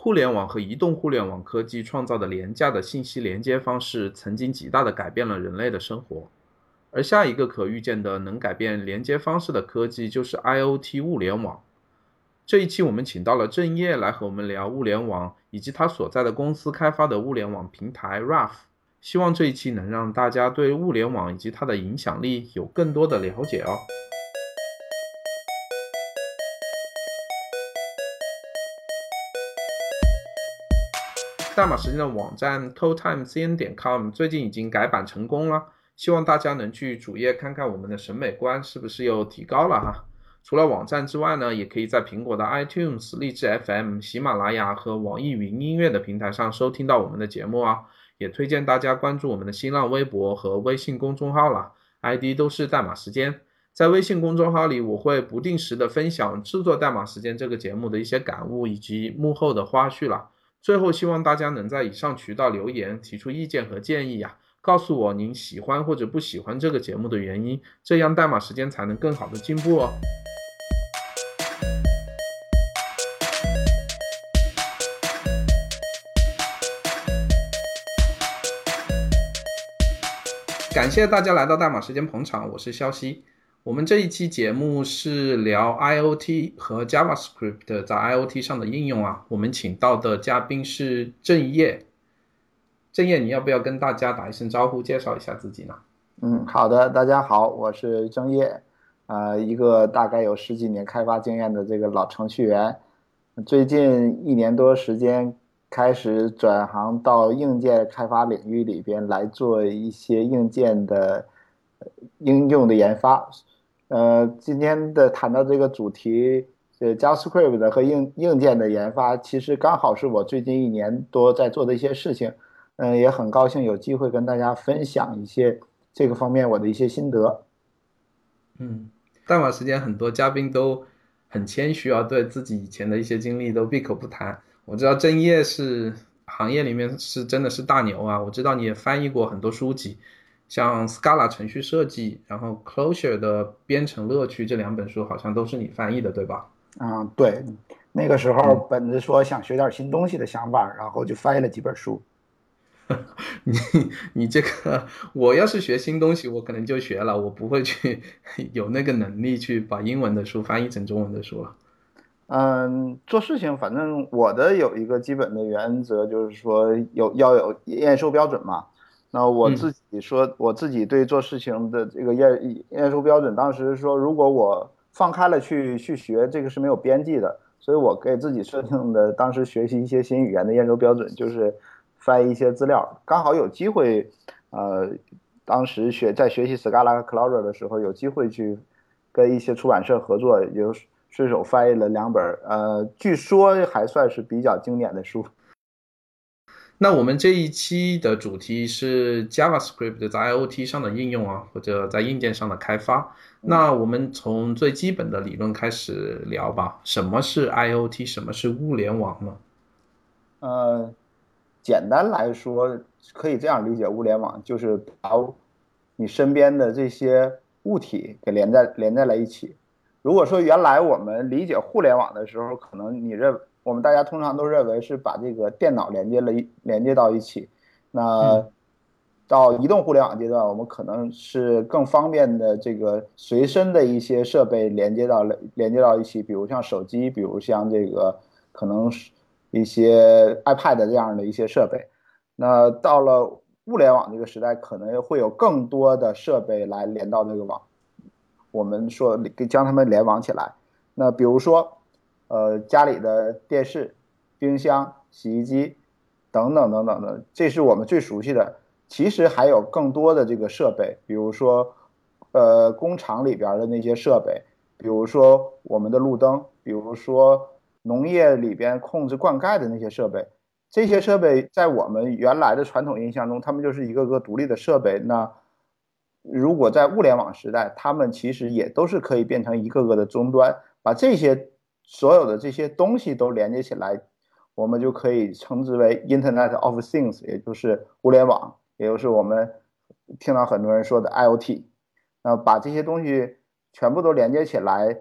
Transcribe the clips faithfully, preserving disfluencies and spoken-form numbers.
互联网和移动互联网科技创造的廉价的信息连接方式，曾经极大地改变了人类的生活。而下一个可预见的能改变连接方式的科技，就是 I O T 物联网。这一期我们请到了郑烨来和我们聊物联网，以及他所在的公司开发的物联网平台 R A F。希望这一期能让大家对物联网以及它的影响力有更多的了解哦。代码时间的网站 codetimecn 点 com 最近已经改版成功了，希望大家能去主页看看我们的审美观是不是又提高了哈。除了网站之外呢，也可以在苹果的 iTunes、荔枝 F M、喜马拉雅和网易云音乐的平台上收听到我们的节目啊。也推荐大家关注我们的新浪微博和微信公众号了 ，I D 都是代码时间。在微信公众号里，我会不定时的分享制作代码时间这个节目的一些感悟以及幕后的花絮了。最后希望大家能在以上渠道留言，提出意见和建议啊，告诉我您喜欢或者不喜欢这个节目的原因，这样代码时间才能更好的进步哦。感谢大家来到代码时间捧场，我是肖西。我们这一期节目是聊 I O T 和 JavaScript 在 I O T 上的应用啊。我们请到的嘉宾是郑烨。郑烨，你要不要跟大家打一声招呼，介绍一下自己呢？ 嗯，好的，大家好，我是郑烨，呃，一个大概有十几年开发经验的这个老程序员，最近一年多时间开始转行到硬件开发领域里边来做一些硬件的应用的研发。呃，今天的谈到这个主题，呃，JavaScript 的和硬硬件的研发，其实刚好是我最近一年多在做的一些事情。嗯、呃，也很高兴有机会跟大家分享一些这个方面我的一些心得。 嗯，代码时间很多嘉宾都很谦虚啊，对自己以前的一些经历都闭口不谈。我知道郑烨是行业里面是真的是大牛啊，我知道你也翻译过很多书籍，像 Scala 程序设计，然后 Clojure 的编程乐趣这两本书好像都是你翻译的，对吧？ 嗯，对，那个时候嗯， 本着说想学点新东西的想法，然后就翻译了几本书。 你你这个，我要是学新东西，我可能就学了，我不会去有那个能力去把英文的书翻译成中文的书了。 嗯，做事情反正我的有一个基本的原则，就是说有要有验收标准嘛。那我嗯。 自己说，我自己对做事情的这个验验收标准，当时说如果我放开了去去学，这个是没有边际的。所以我给自己设定的当时学习一些新语言的验收标准，就是翻译一些资料。刚好有机会，呃，当时学在学习 Scala 和 Clojure 的时候，有机会去跟一些出版社合作，有顺手翻译了两本，呃，据说还算是比较经典的书。 那我们这一期的主题是 JavaScript 在 I O T 上的应用啊，或者在硬件上的开发。 嗯， 那我们从最基本的理论开始聊吧。什么是 I O T？什么是物联网呢？ 呃，简单来说，可以这样理解，物联网就是把你身边的这些物体给连在连在了一起。如果说原来我们理解互联网的时候，可能你认我们大家通常都认为是把这个电脑连接了一连接到一起。那嗯到移动互联网阶段，我们可能是更方便的这个随身的一些设备连接到了连接到一起，比如像手机，比如像这个可能是一些 iPad 这样的一些设备。那到了物联网这个时代，可能会有更多的设备来连到这个网，我们说将它们联网起来。那比如说，呃，家里的电视、冰箱、洗衣机等等等等的，这是我们最熟悉的。其实还有更多的这个设备，比如说，呃，工厂里边的那些设备，比如说我们的路灯，比如说农业里边控制灌溉的那些设备。这些设备在我们原来的传统印象中，它们就是一个个独立的设备。那如果在物联网时代，它们其实也都是可以变成一个个的终端，把这些所有的这些东西都连接起来，我们就可以称之为 Internet of Things，也就是物联网，也就是我们听到很多人说的 I O T。那把这些东西全部都连接起来，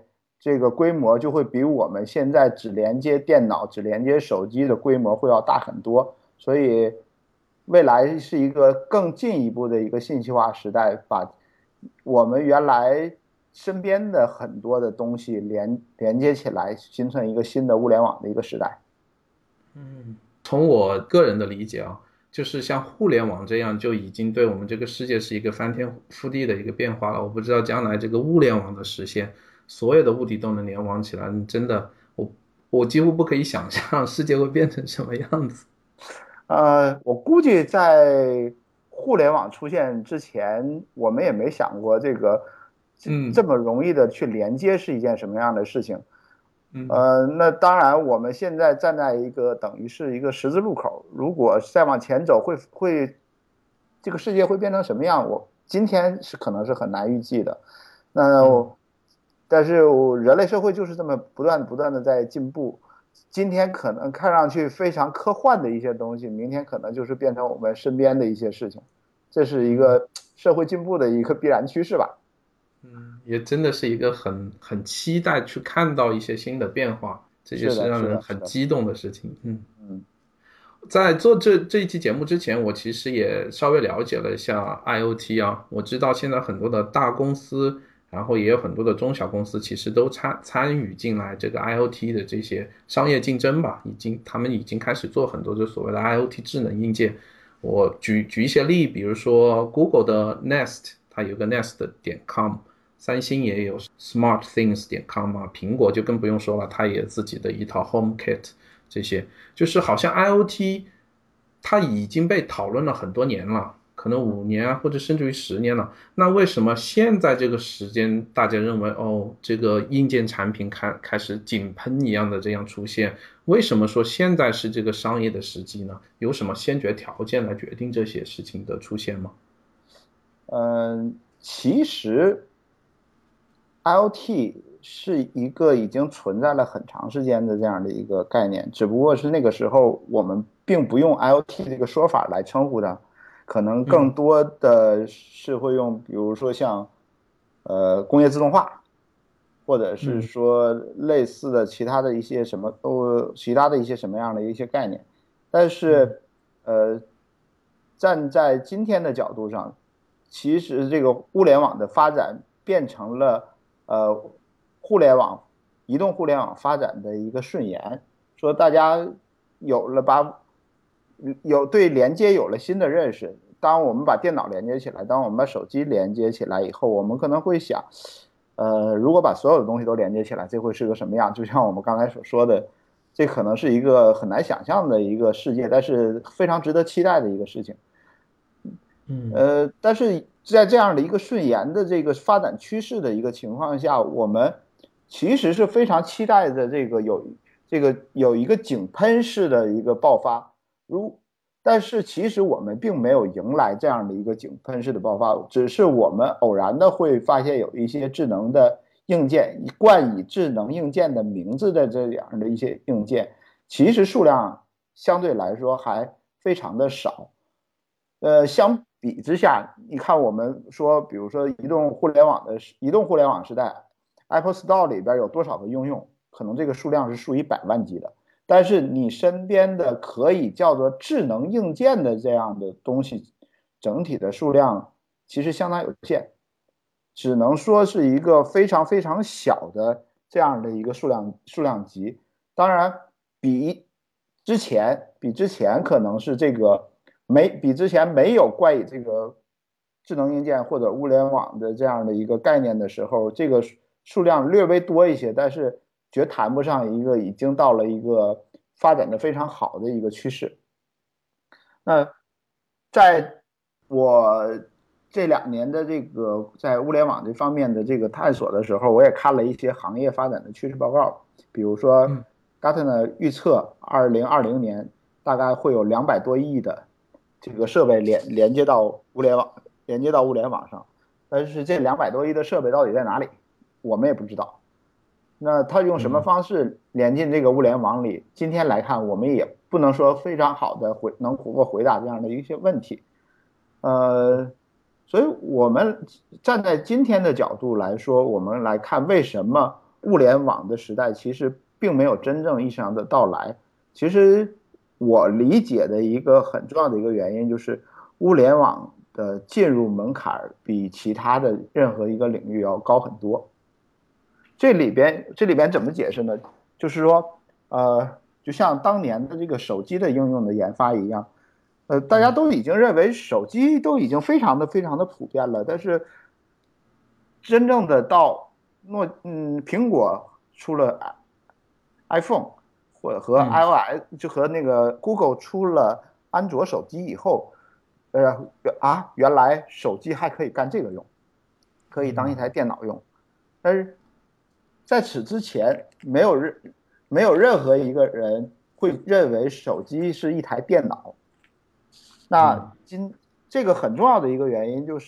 这个规模就会比我们现在只连接电脑、只连接手机的规模会要大很多。所以未来是一个更进一步的一个信息化时代，把我们原来身边的很多的东西连连接起来，形成一个新的物联网的一个时代。 嗯，从我个人的理解啊，就是像互联网这样，就已经对我们这个世界是一个翻天覆地的一个变化了。我不知道将来这个物联网的实现，所有的物体都能联网起来，真的，我我几乎不可以想象世界会变成什么样子。 呃，我估计在互联网出现之前，我们也没想过这个嗯这么容易的去连接是一件什么样的事情。 嗯呃，那当然，我们现在站在一个等于是一个十字路口，如果再往前走会，会这个世界会变成什么样？我今天是可能是很难预计的。那嗯但是人类社会就是这么不断不断的在进步。今天可能看上去非常科幻的一些东西，明天可能就是变成我们身边的一些事情。这是一嗯个社会进步的一个必然趋势吧。 嗯，也真的是一个很很期待去看到一些新的变化，这也是的， 是让是的，是的， 人很激动的事情。嗯。 嗯在做这这一期节目之前，我其实也稍微了解了一下 I O T 啊，我知道现在很多的大公司，然后也有很多的中小公司，其实都参参与进来这个 I O T 的这些商业竞争吧，已经他们已经开始做很多就所谓的 I O T 智能硬件。我举举一些例，比如说 Google 的 Nest，它有个 Nest 点 com，三星也有 SmartThings 点 com 啊，苹果就更不用说了，它也有自己的一套 HomeKit。这些就是好像 I O T 它已经被讨论了很多年了，可能五年啊，或者甚至于十年了。那为什么现在这个时间大家认为哦，这个硬件产品开开始井喷一样的这样出现？为什么说现在是这个商业的时机呢？有什么先决条件来决定这些事情的出现吗？ 嗯，其实 I O T 是一个已经存在了很长时间的这样的一个概念，只不过是那个时候我们并不用 I O T 这个说法来称呼它，可能更嗯多的是会用，比如说像呃工业自动化，或者是嗯说类似的其他的一些什么呃其他的一些什么样的一些概念，但嗯是呃站在今天的角度上，其实这个物联网的发展变成了呃互联网移动互联网发展的一个顺延，说大家有了把有对连接有了新的认识。当我们把电脑连接起来，当我们把手机连接起来以后，我们可能会想，呃，如果把所有的东西都连接起来，这会是个什么样？就像我们刚才所说的，这可能是一个很难想象的一个世界，但是非常值得期待的一个事情。 嗯呃，但是在这样的一个顺延的这个发展趋势的一个情况下，我们其实是非常期待的这个有这个有一个井喷式的一个爆发。如但是其实我们并没有迎来这样的一个井喷式的爆发，只是我们偶然的会发现有一些智能的硬件，冠以智能硬件的名字的这样的一些硬件，其实数量相对来说还非常的少。呃，相比之下，你看我们说，比如说移动互联网的移动互联网时代，Apple Store 里边有多少个应用？可能这个数量是数以百万计的。但是你身边的可以叫做智能硬件的这样的东西，整体的数量其实相当有限，只能说是一个非常非常小的这样的一个数量数量级。当然，比之前比之前可能是这个没比之前没有冠以这个智能硬件或者物联网的这样的一个概念的时候，这个数量略微多一些，但是绝谈不上一个已经到了一个发展的非常好的一个趋势。那在我这两年的这个在物联网这方面的这个探索的时候，我也看了一些行业发展的趋势报告，比如说嗯 Gartner 预测二零二零年大概会有两百多亿的这个设备连连接到物联网，连接到物联网上，但是这两百多亿的设备到底在哪里，我们也不知道。那它用什么嗯方式连进这个物联网里？今天来看，我们也不能说非常好的回能够回答这样的一些问题。呃，所以我们站在今天的角度来说，我们来看为什么物联网的时代其实并没有真正意义上的到来。其实我理解的一个很重要的一个原因就是物联网的进入门槛比其他的任何一个领域要高很多。这里边这里边怎么解释呢？就是说，呃，就像当年的这个手机的应用的研发一样，呃，大家都已经认为手机都已经非常的非常的普遍了，但是真正的到诺嗯苹果出了 iPhone 或和 iOS 就和那个 Google 出了安卓手机以后，呃啊，原来手机还可以干这个用，可以当一台电脑用，但是在此之前，没有任没有任何一个人会认为手机是一台电脑。那今这个很重要的一个原因就是，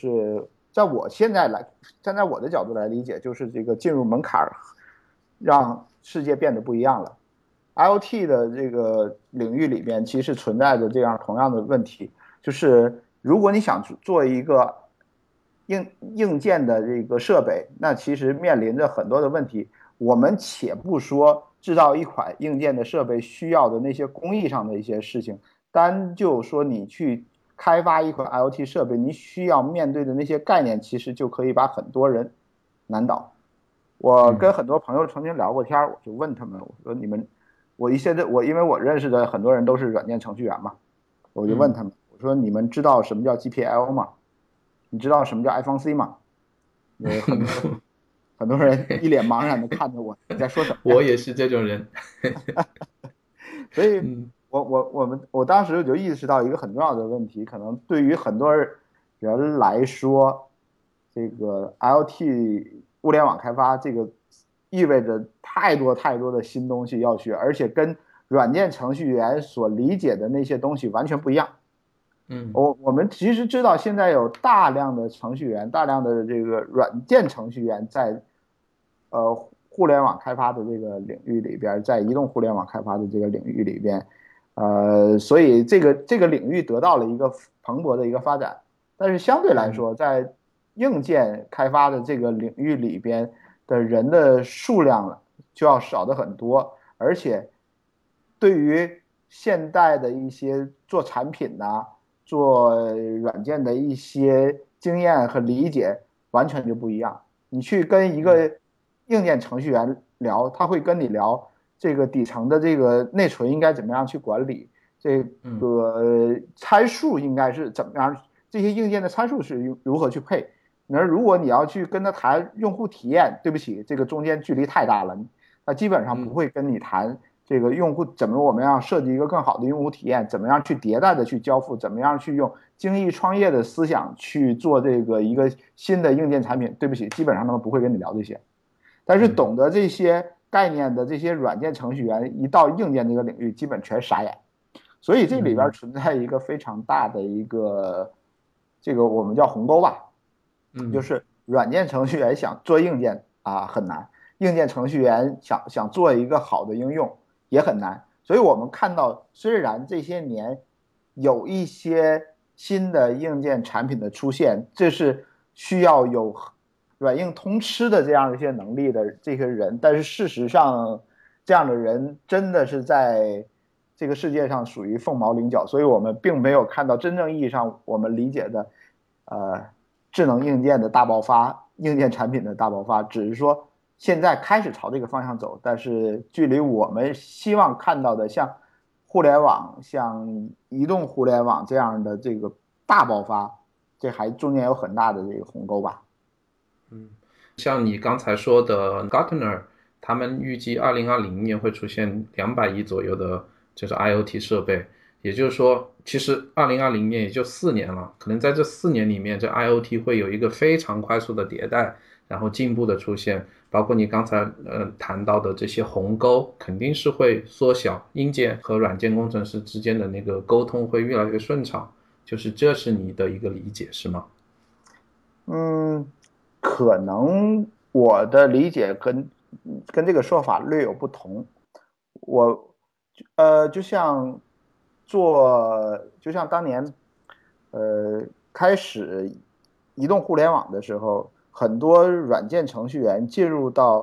在我现在来站在我的角度来理解，就是这个进入门槛让世界变得不一样了。I O T 的这个领域里边，其实存在着这样同样的问题，就是如果你想做一个硬硬件的这个设备，那其实面临着很多的问题。我们且不说制造一款硬件的设备需要的那些工艺上的一些事情，单就说你去开发一款 I O T 设备，你需要面对的那些概念，其实就可以把很多人难倒。我跟很多朋友曾经聊过天，我就问他们，我说你们，我一现在我因为我认识的很多人都是软件程序员嘛，我就问他们，我说你们知道什么叫 G P L 吗？你知道什么叫 iPhone C 吗？有很多很多人一脸茫然的看着我，你在说什么？ 我也是这种人。 所以我我我们我当时就意识到一个很重要的问题，可能对于很多人来说，这个 I O T 物联网开发这个意味着太多太多的新东西要学，而且跟软件程序员所理解的那些东西完全不一样。 嗯， 我我们其实知道现在有大量的程序员，大量的这个软件程序员在呃互联网开发的这个领域里边，在移动互联网开发的这个领域里边，呃，所以这个这个领域得到了一个蓬勃的一个发展。但是相对来说，在硬件开发的这个领域里边的人的数量就要少的很多，而且对于现代的一些做产品呐、啊、做软件的一些经验和理解完全就不一样。你去跟一个硬件程序员聊，他会跟你聊这个底层的这个内存应该怎么样去管理，这个参数应该是怎么样，这些硬件的参数是如何去配。那如果你要去跟他谈用户体验，对不起，这个中间距离太大了，他基本上不会跟你谈这个用户怎么我们要设计一个更好的用户体验，怎么样去迭代的去交付，怎么样去用精益创业的思想去做这个一个新的硬件产品。对不起，基本上他们不会跟你聊这些。但是懂得这些概念的这些软件程序员，一到硬件这个领域，基本全傻眼。所以这里边存在一个非常大的一个，这个我们叫鸿沟吧，就是软件程序员想做硬件啊很难，硬件程序员想想做一个好的应用也很难。所以我们看到，虽然这些年有一些新的硬件产品的出现，这是需要有软硬通吃的这样一些能力的这些人，但是事实上，这样的人真的是在这个世界上属于凤毛麟角，所以我们并没有看到真正意义上我们理解的，呃，智能硬件的大爆发，硬件产品的大爆发，只是说现在开始朝这个方向走，但是距离我们希望看到的像互联网、像移动互联网这样的这个大爆发，这还中间有很大的这个鸿沟吧。 嗯，像你刚才说的 Gartner， 他们预计二零二零年会出现两百亿左右的就是 I O T 设备，也就是说，其实二零二零年也就四年了，可能在这四年里面，这 I O T 会有一个非常快速的迭代，然后进步的出现，包括你刚才呃谈到的这些鸿沟，肯定是会缩小，硬件和软件工程师之间的那个沟通会越来越顺畅，就是这是你的一个理解是吗？ 嗯，可能我的理解跟跟这个说法略有不同。我呃，就像做，就像当年呃开始移动互联网的时候，很多软件程序员进入到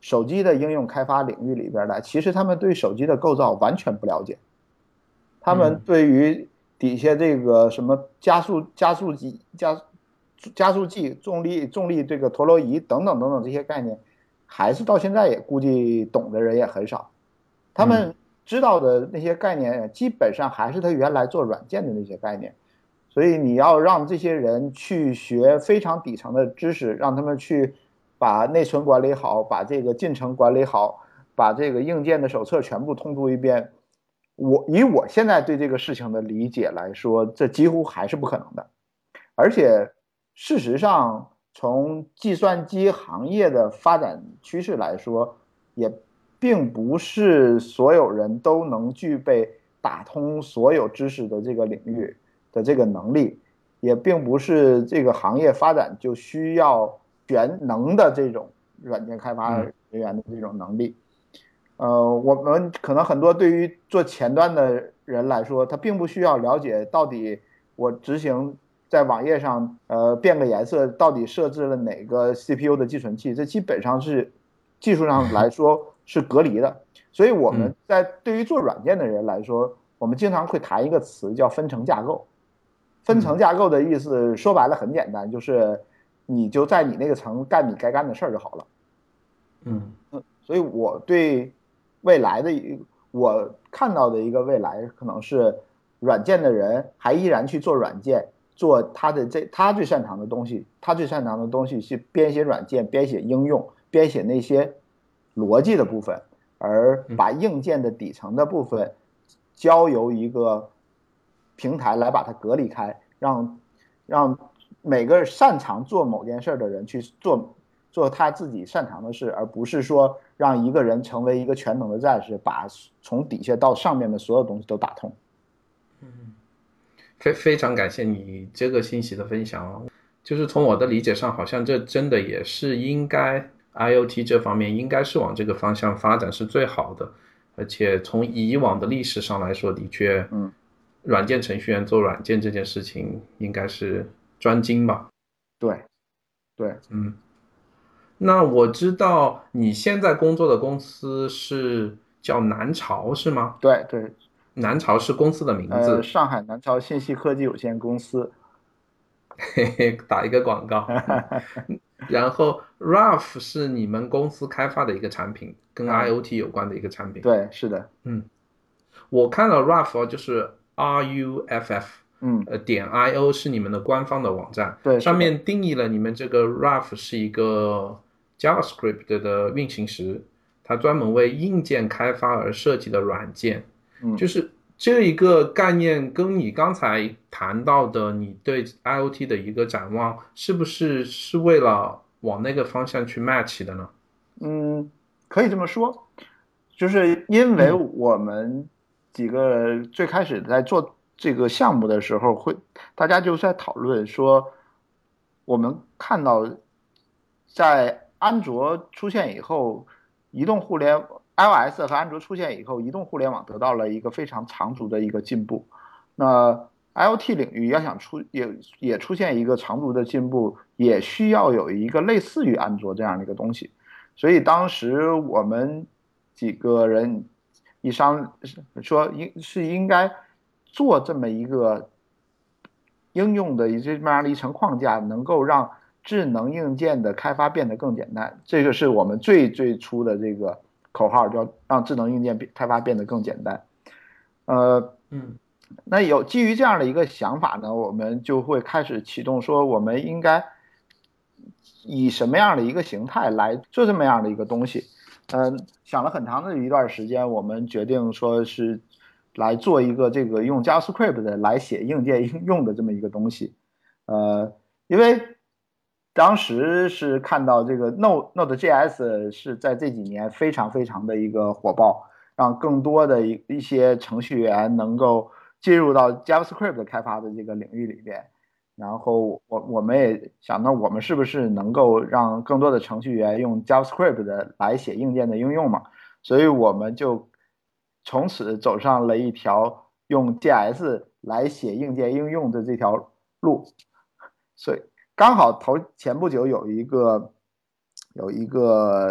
手机的应用开发领域里边来，其实他们对手机的构造完全不了解，他们对于底下这个什么加速加速机加加速器、重力重力这个陀螺仪等等等等这些概念，还是到现在也估计懂的人也很少。他们知道的那些概念，基本上还是他原来做软件的那些概念。所以你要让这些人去学非常底层的知识，让他们去把内存管理好，把这个进程管理好，把这个硬件的手册全部通读一遍。我以我现在对这个事情的理解来说，这几乎还是不可能的。而且事实上，从计算机行业的发展趋势来说，也并不是所有人都能具备打通所有知识的这个领域的这个能力，也并不是这个行业发展就需要全能的这种软件开发人员的这种能力。呃，我们可能很多对于做前端的人来说，他并不需要了解到底我执行在网页上呃变个颜色，到底设置了哪个 C P U 的寄存器，这基本上是技术上来说是隔离的。所以我们在对于做软件的人来说，我们经常会谈一个词叫分层架构。分层架构的意思说白了很简单，就是你就在你那个层干你该干的事儿就好了。 嗯， 所以我对未来的我看到的一个未来，可能是软件的人还依然去做软件，做他的这他最擅长的东西，他最擅长的东西是编写软件、编写应用、编写那些逻辑的部分，而把硬件的底层的部分交由一个平台来把它隔离开，让让每个擅长做某件事的人去做做他自己擅长的事，而不是说让一个人成为一个全能的战士，把从底下到上面的所有东西都打通。 嗯，非非常感谢你这个信息的分享啊，就是从我的理解上，好像这真的也是应该 I O T 这方面应该是往这个方向发展是最好的，而且从以往的历史上来说，的确， 嗯， 软件程序员做软件这件事情应该是专精吧。 对，对， 嗯。那我知道你现在工作的公司是叫南朝是吗？ 对，对， 南朝是公司的名呃， 字， 上海南超信息科技有限公司。 嘿嘿，打一个广告。嗯，然后 R A F 是你们公司开发的一个产品，跟啊， I O T 有关的一个产品。 对，是的。 嗯，我看了 R A F 就是 R U F F， 嗯， 呃点 I O 是你们的官方的网站， 对，是的。 上面定义了你们这个 R A F 是一个 JavaScript 的运行时，它专门为硬件开发而设计的软件。 嗯， 就是这一个概念跟你刚才谈到的你对 I O T 的一个展望，是不是是为了往那个方向去 match 的呢？ 嗯，可以这么说，就是因为我们几个最开始在做这个项目的时候，会大家就在讨论说，我们看到在安卓出现以后，移动互联 iOS 和安卓出现以后，移动互联网得到了一个非常长足的一个进步。那 I O T 领域要想出也也出现一个长足的进步，也需要有一个类似于安卓这样的一个东西。所以当时我们几个人一商说，应是应该做这么一个应用的这么样的一层框架，能够让智能硬件的开发变得更简单。这个是我们最最初的这个口号，叫让智能硬件开发变得更简单。呃， 嗯， 那有基于这样的一个想法呢，我们就会开始启动说，我们应该以什么样的一个形态来做这么样的一个东西。嗯，想了很长的一段时间，我们决定说是来做一个这个用 JavaScript 的来写硬件应用的这么一个东西。呃，因为当时是看到这个 Node Node.js 是在这几年非常非常的一个火爆，让更多的一一些程序员能够进入到 JavaScript 开发的这个领域里边。然后我我们也想到，我们是不是能够让更多的程序员用 JavaScript 的来写硬件的应用嘛？所以我们就从此走上了一条用 J S 来写硬件应用的这条路。所以刚好头前不久有一个有一个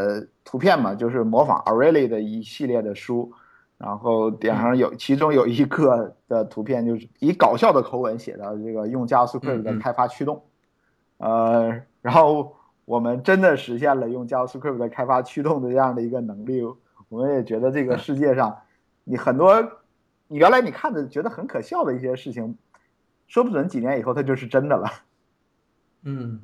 图片嘛，就是模仿 Aurelie 的一系列的书，然后顶上有其中有一个的图片就是以搞笑的口吻写的这个用 JavaScript 的开发驱动，呃，然后我们真的实现了用 JavaScript 的开发驱动的这样的一个能力，我们也觉得这个世界上你很多你原来你看着觉得很可笑的一些事情，说不准几年以后它就是真的了。 嗯，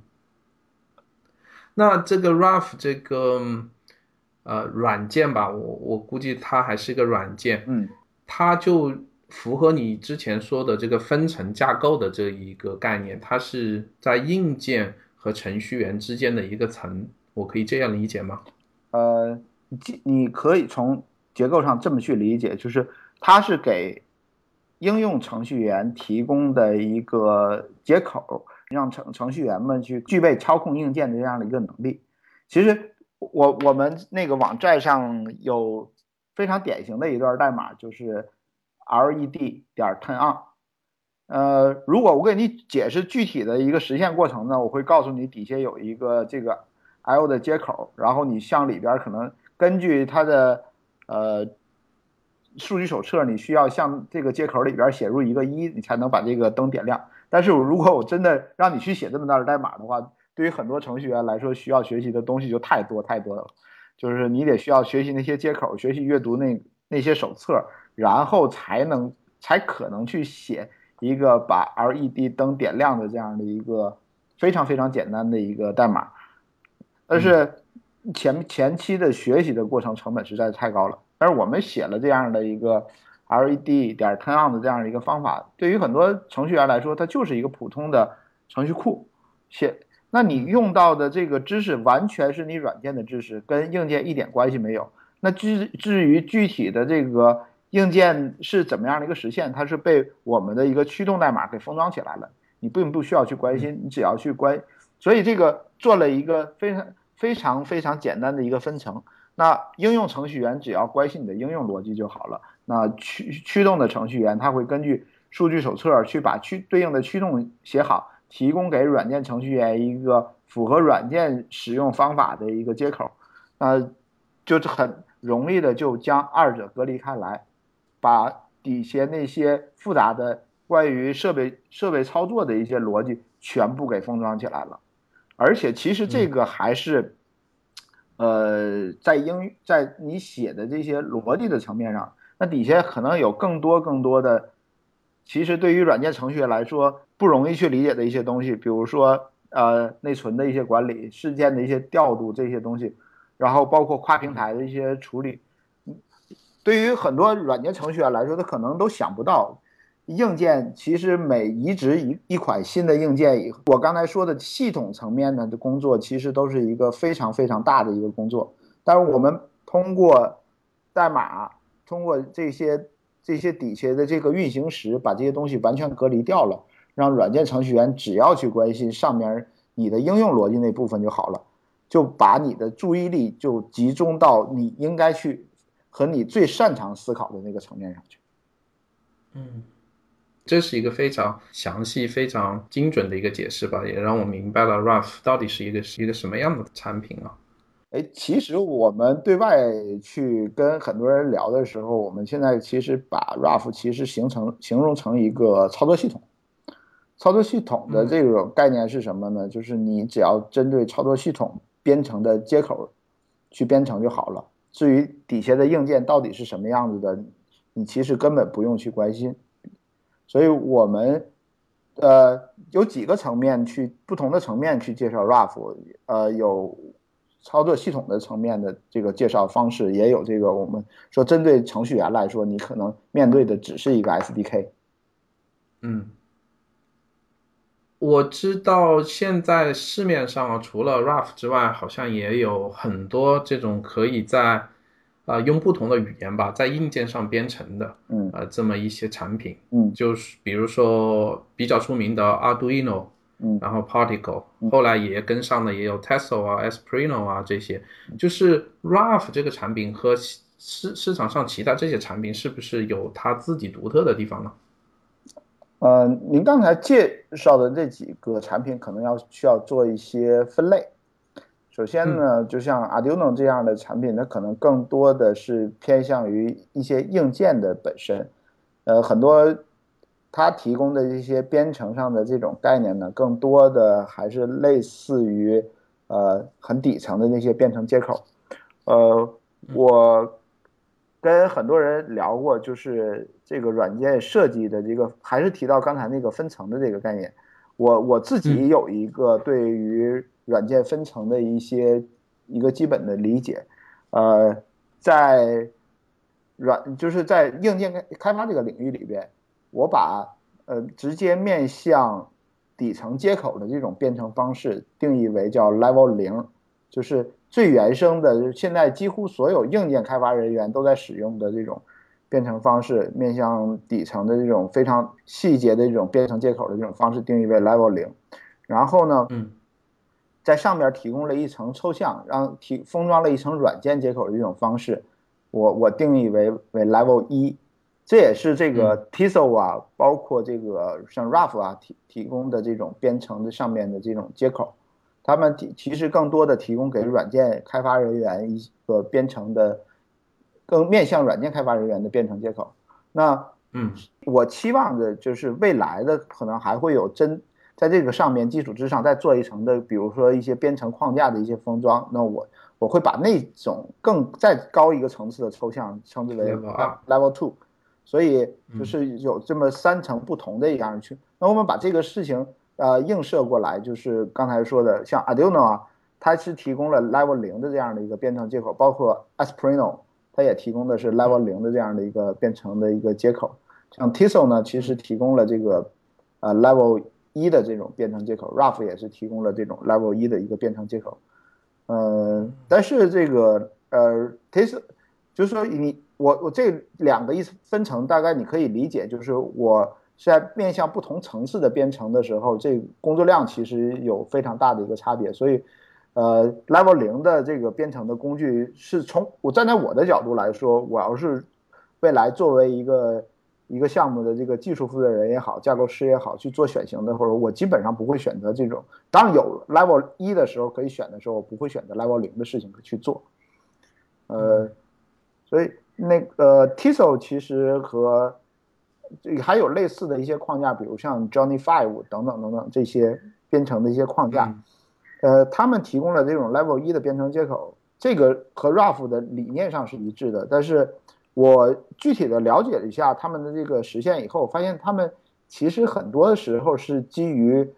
那这个 Rough 这个呃软件吧，我我估计它还是一个软件， 嗯， 它就符合你之前说的这个分层架构的这一个概念，它是在硬件和程序员之间的一个层，我可以这样理解吗？ 呃，你你可以从结构上这么去理解，就是它是给应用程序员提供的一个接口，让程程序员们去具备操控硬件的这样的一个能力。其实我我们那个网站上有非常典型的一段代码，就是 led 点 turn on。呃，如果我给你解释具体的一个实现过程呢，我会告诉你底下有一个这个 I O 的接口，然后你向里边可能根据它的呃数据手册，你需要向这个接口里边写入一个一，你才能把这个灯点亮。但是如果我真的让你去写这么大的代码的话，对于很多程序员来说，需要学习的东西就太多太多了，就是你得需要学习那些接口，学习阅读那那些手册，然后才能才可能去写一个把 L E D 灯点亮的这样的一个非常非常简单的一个代码。但是前前期的学习的过程成本实在是太高了。但是我们写了这样的一个 L E D 点 turn on 的这样的一个方法，对于很多程序员来说，它就是一个普通的程序库写。那你用到的这个知识完全是你软件的知识，跟硬件一点关系没有。那至至于具体的这个硬件是怎么样的一个实现，它是被我们的一个驱动代码给封装起来了，你并不需要去关心，你只要去关。所以这个做了一个非常非常非常简单的一个分层。那应用程序员只要关心你的应用逻辑就好了。那驱驱动的程序员他会根据数据手册去把驱对应的驱动写好，提供给软件程序员一个符合软件使用方法的一个接口。那就是很容易的就将二者隔离开来，把底下那些复杂的关于设备设备操作的一些逻辑全部给封装起来了。而且其实这个还是，呃，在英在你写的这些逻辑的层面上，那底下可能有更多更多的，其实对于软件程序员来说不容易去理解的一些东西，比如说呃内存的一些管理、事件的一些调度这些东西，然后包括跨平台的一些处理，对于很多软件程序员来说，他可能都想不到。硬件其实每移植一一款新的硬件以后，我刚才说的系统层面的工作，其实都是一个非常非常大的一个工作。但是我们通过代码，通过这些这些底下的这个运行时，把这些东西完全隔离掉了，让软件程序员只要去关心上面你的应用逻辑那部分就好了，就把你的注意力就集中到你应该去和你最擅长思考的那个层面上去。 嗯。这是一个非常详细、非常精准的一个解释吧，也让我明白了 Rough 到底是一个是一个什么样的产品啊？ 哎，其实我们对外去跟很多人聊的时候，我们现在其实把 Rough 其实形成形容成一个操作系统。操作系统的这个概念是什么呢？就是你只要针对操作系统编程的接口去编程就好了。至于底下的硬件到底是什么样子的，你其实根本不用去关心。所以我们呃有几个层面去不同的层面去介绍 Rough，呃有操作系统的层面的这个介绍方式，也有这个我们说针对程序员来说，你可能面对的只是一个 S D K。 嗯，我知道现在市面上啊，除了 Rough 之外，好像也有很多这种可以在呃用不同的语言吧，在硬件上编程的嗯呃这么一些产品， 嗯就是比如说比较出名的 Arduino， 嗯然后 Particle， 嗯后来也跟上的也有 Tessel 啊、Espruino 啊这些，就是 Rough 这个产品和市市场上其他这些产品是不是有它自己独特的地方呢？ 呃，您刚才介绍的这几个产品可能要需要做一些分类。 首先呢，就像 Arduino 这样的产品，它可能更多的是偏向于一些硬件的本身，呃，很多它提供的一些编程上的这种概念呢，更多的还是类似于呃很底层的那些编程接口。呃，我跟很多人聊过，就是这个软件设计的这个，还是提到刚才那个分层的这个概念。我我自己有一个对于软件分层的一些一个基本的理解，呃，在软就是在硬件开发这个领域里边，我把呃直接面向底层接口的这种编程方式定义为叫 level 零，就是最原生的，现在几乎所有硬件开发人员都在使用的这种编程方式，面向底层的这种非常细节的这种编程接口的这种方式定义为 level 零，然后呢， 嗯， 在上面提供了一层抽象，让提封装了一层软件接口的这种方式，我我定义为为 level 一，这也是这个 Tissot 啊，包括这个像 Raf 啊提提供的这种编程的上面的这种接口。他们其实更多的提供给软件开发人员一个编程的，更面向软件开发人员的编程接口。那嗯， 我期望的就是未来的可能还会有真在这个上面基础之上再做一层的，比如说一些编程框架的一些封装。那我我会把那种更再高一个层次的抽象称之为 level two， 所以就是有这么三层不同的一样去。那我们把这个事情。呃，映射过来就是刚才说的，像 Arduino 啊，它是提供了 level 零的这样的一个编程接口，包括 Espruino， 它也提供的是 level 零的这样的一个编程的一个接口。像 Tissot 呢，其实提供了这个呃 level 一的这种编程接口 ，Raf 也是提供了这种 level 一的一个编程接口。呃，但是这个呃 Tissot 就是说你我我这两个一分成，大概你可以理解，就是我。是在面向不同层次的编程的时候，这工作量其实有非常大的一个差别。所以，呃 ，level 零的这个编程的工具是从我站在我的角度来说，我要是未来作为一个一个项目的这个技术负责人也好，架构师也好，去做选型的，或者我基本上不会选择这种。当然有 level 一的时候可以选的时候，我不会选择 level 零的事情去做。呃，所以那个、呃、Tissot 其实和还有类似的一些框架，比如像 Johnny Five 等等等等这些编程的一些框架，呃，他们提供了这种 Level 一的编程接口，这个和 Raf 的理念上是一致的。但是我具体的了解了一下他们的这个实现以后，发现他们其实很多时候是基于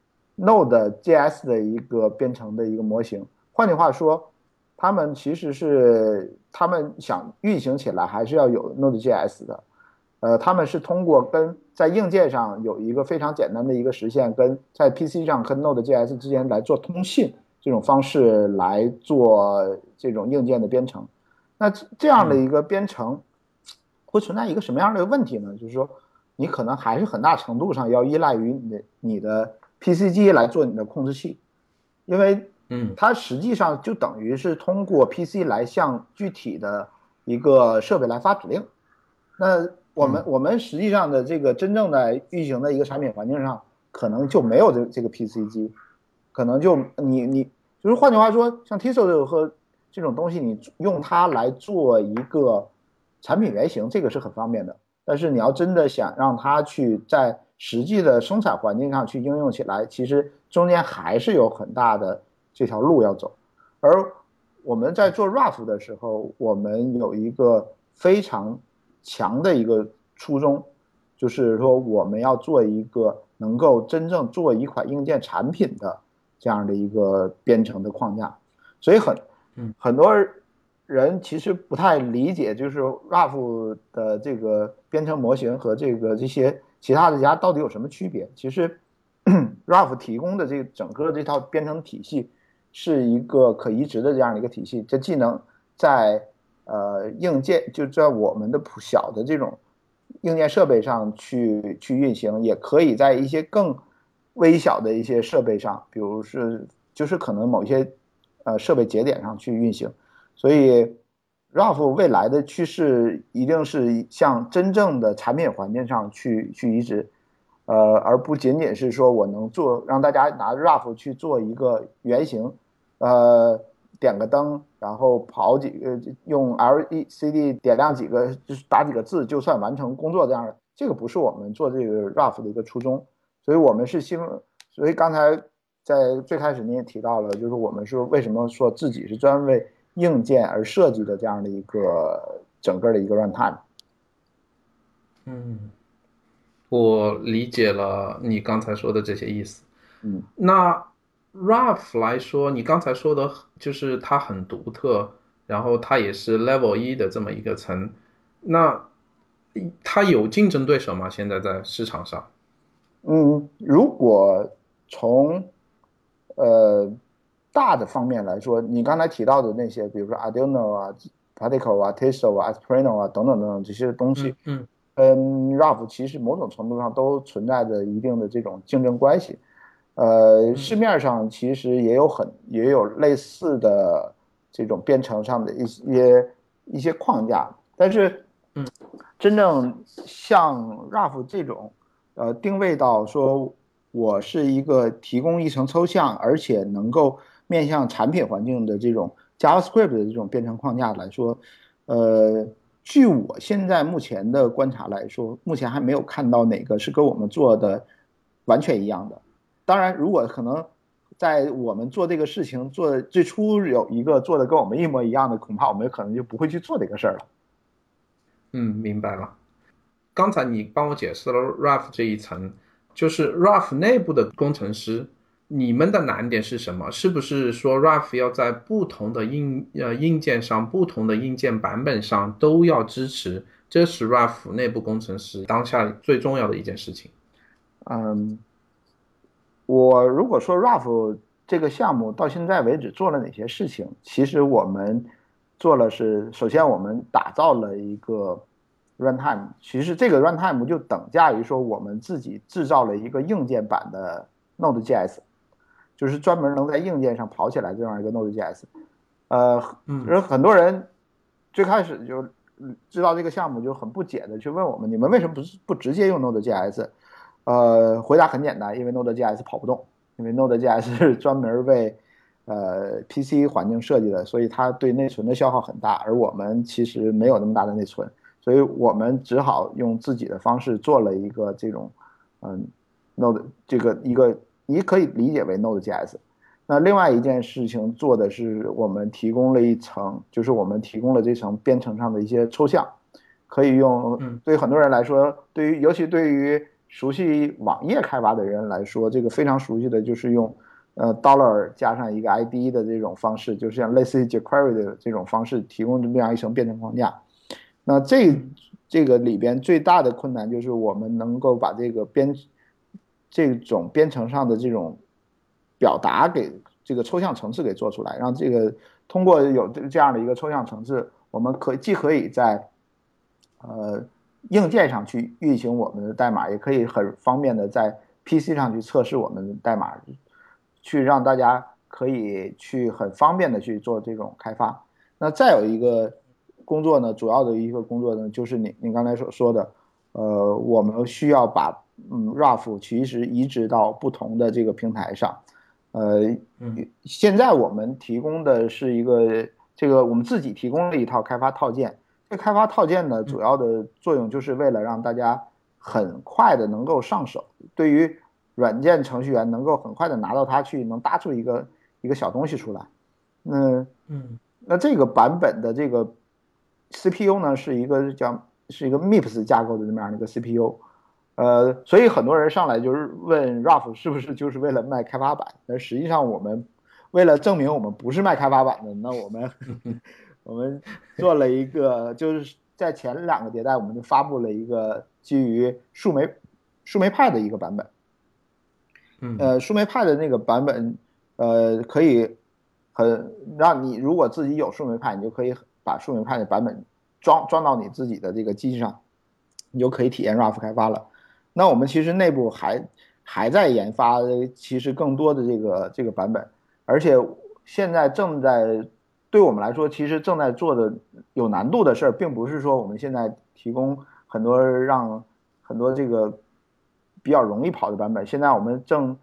Node.js 的一个编程的一个模型。换句话说，他们其实是他们想运行起来还是要有 Node.js 的。呃，他们是通过跟在硬件上有一个非常简单的一个实现，跟在 P C 上跟 Node.js 之间来做通信这种方式来做这种硬件的编程。那这样的一个编程会存在一个什么样的问题呢？就是说，你可能还是很大程度上要依赖于你的你的 P C 机来做你的控制器，因为嗯， 它实际上就等于是通过 P C 来向具体的一个设备来发指令。那我们我们实际上的这个真正的运行的一个产品环境上，可能就没有这这个 P C 机，可能就你你就是换句话说，像 Tissot 和这种东西，你用它来做一个产品原型，这个是很方便的。但是你要真的想让它去在实际的生产环境上去应用起来，其实中间还是有很大的这条路要走。而我们在做 Raf 的时候，我们有一个非常强的一个初衷，就是说我们要做一个能够真正做一款硬件产品的这样的一个编程的框架。所以很很多人其实不太理解，就是 Raf 的这个编程模型和这个这些其他的家到底有什么区别。其实 Raf 提供的这整个这套编程体系是一个可移植的这样的一个体系，这既能在呃，硬件就在我们的普小的这种硬件设备上去去运行，也可以在一些更微小的一些设备上，比如是就是可能某些呃设备节点上去运行。所以 Raf 未来的趋势一定是向真正的产品环境上去去移植，呃，而不仅仅是说我能做让大家拿 Raf 去做一个原型。 呃，点个灯，然后跑几个，用 L C D 点亮几个，就是打几个字就算完成工作这样的，这个不是我们做这个 R A F 的一个初衷，所以我们是希望，所以刚才在最开始你也提到了，就是我们说为什么说自己是专为硬件而设计的这样的一个整个的一个 runtime。 嗯，我理解了你刚才说的这些意思。 嗯那 R A F 来说，你刚才说的就是它很独特，然后它也是 Level 一的这么一个层。那它有竞争对手吗？现在在市场上？ 嗯，如果从呃大的方面来说，你刚才提到的那些，比如说 Arduino 啊、Particle 啊、Tensor 啊、Arduino 啊等等等等这些东西， 嗯嗯跟 R A F 其实某种程度上都存在着一定的这种竞争关系。呃，市嗯面上其实也有很也有类似的这种编程上的一些一些框架，但是嗯真正像 R A F 这种，呃，定位到说我是一个提供一层抽象，而且能够面向产品环境的这种 JavaScript 的这种编程框架来说，呃，据我现在目前的观察来说，目前还没有看到哪个是跟我们做的完全一样的。当然，如果可能在我们做这个事情做最初有一个做的跟我们一模一样的，恐怕我们可能就不会去做这个事儿了。 嗯，明白了。刚才你帮我解释了 R A F 这一层，就是 R A F 内部的工程师，你们的难点是什么？是不是说 R A F 要在不同的硬呃硬件上、不同的硬件版本上都要支持？这是 R A F 内部工程师当下最重要的一件事情。 嗯，我如果说 R A F 这个项目到现在为止做了哪些事情，其实我们做了是，首先我们打造了一个 runtime，其实这个 runtime 就等价于说我们自己制造了一个硬件版的 Node.js，就是专门能在硬件上跑起来这样一个 Node.js。呃， 嗯人很多人最开始就知道这个项目就很不解的去问我们，你们为什么不不直接用 Node.js？呃，回答很简单，因为 Node.js 跑不动，因为 Node.js 是专门为呃 P C 环境设计的，所以它对内存的消耗很大，而我们其实没有那么大的内存，所以我们只好用自己的方式做了一个这种嗯 Node 这个一个，你可以理解为 Node.js。那另外一件事情做的是，我们提供了一层，就是我们提供了这层编程上的一些抽象，可以用。 嗯对很多人来说，对于尤其对于熟悉网页开发的人来说，这个非常熟悉的就是用呃 dollar 加上一个 I D 的这种方式，就是像类似于 jQuery 的这种方式，提供这么样一层编程框架。那这嗯这个里边最大的困难就是我们能够把这个编这种编程上的这种表达给这个抽象层次给做出来，让这个通过有这样的一个抽象层次，我们可既可以在呃硬件上去运行我们的代码，也可以很方便的在 P C 上去测试我们的代码，去让大家可以去很方便的去做这种开发。那再有一个工作呢，主要的一个工作呢，就是你你刚才所说的，呃，我们需要把嗯 R A F 其实移植到不同的这个平台上。呃， 嗯现在我们提供的是一个这个我们自己提供了一套开发套件。这开发套件呢，主嗯要的作用就是为了让大家很快的能够上手，对于软件程序员能够很快的拿到它去，能搭出一个一个小东西出来。那嗯那这个版本的这个 C P U 呢，是一个叫是一个 M I P S 架构的这么样的一个 C P U。呃，所以很多人上来就是问 R A F 是不是就是为了卖开发版？但实际上我们为了证明我们不是卖开发版的，那我们我们做了一个，就是在前两个迭代我们就发布了一个基于树莓树莓派的一个版本。 嗯呃，树莓派的那个版本，呃，可以很让你如果自己有树莓派，你就可以把树莓派的版本装装到你自己的这个机器上，你就可以体验 R A F 开发了。那我们其实内部还还在研发，其实更多的这个这个版本，而且现在正在对我们来说，其实正在做的有难度的事儿，并不是说我们现在提供很多让很多这个比较容易跑的版本。现在我们正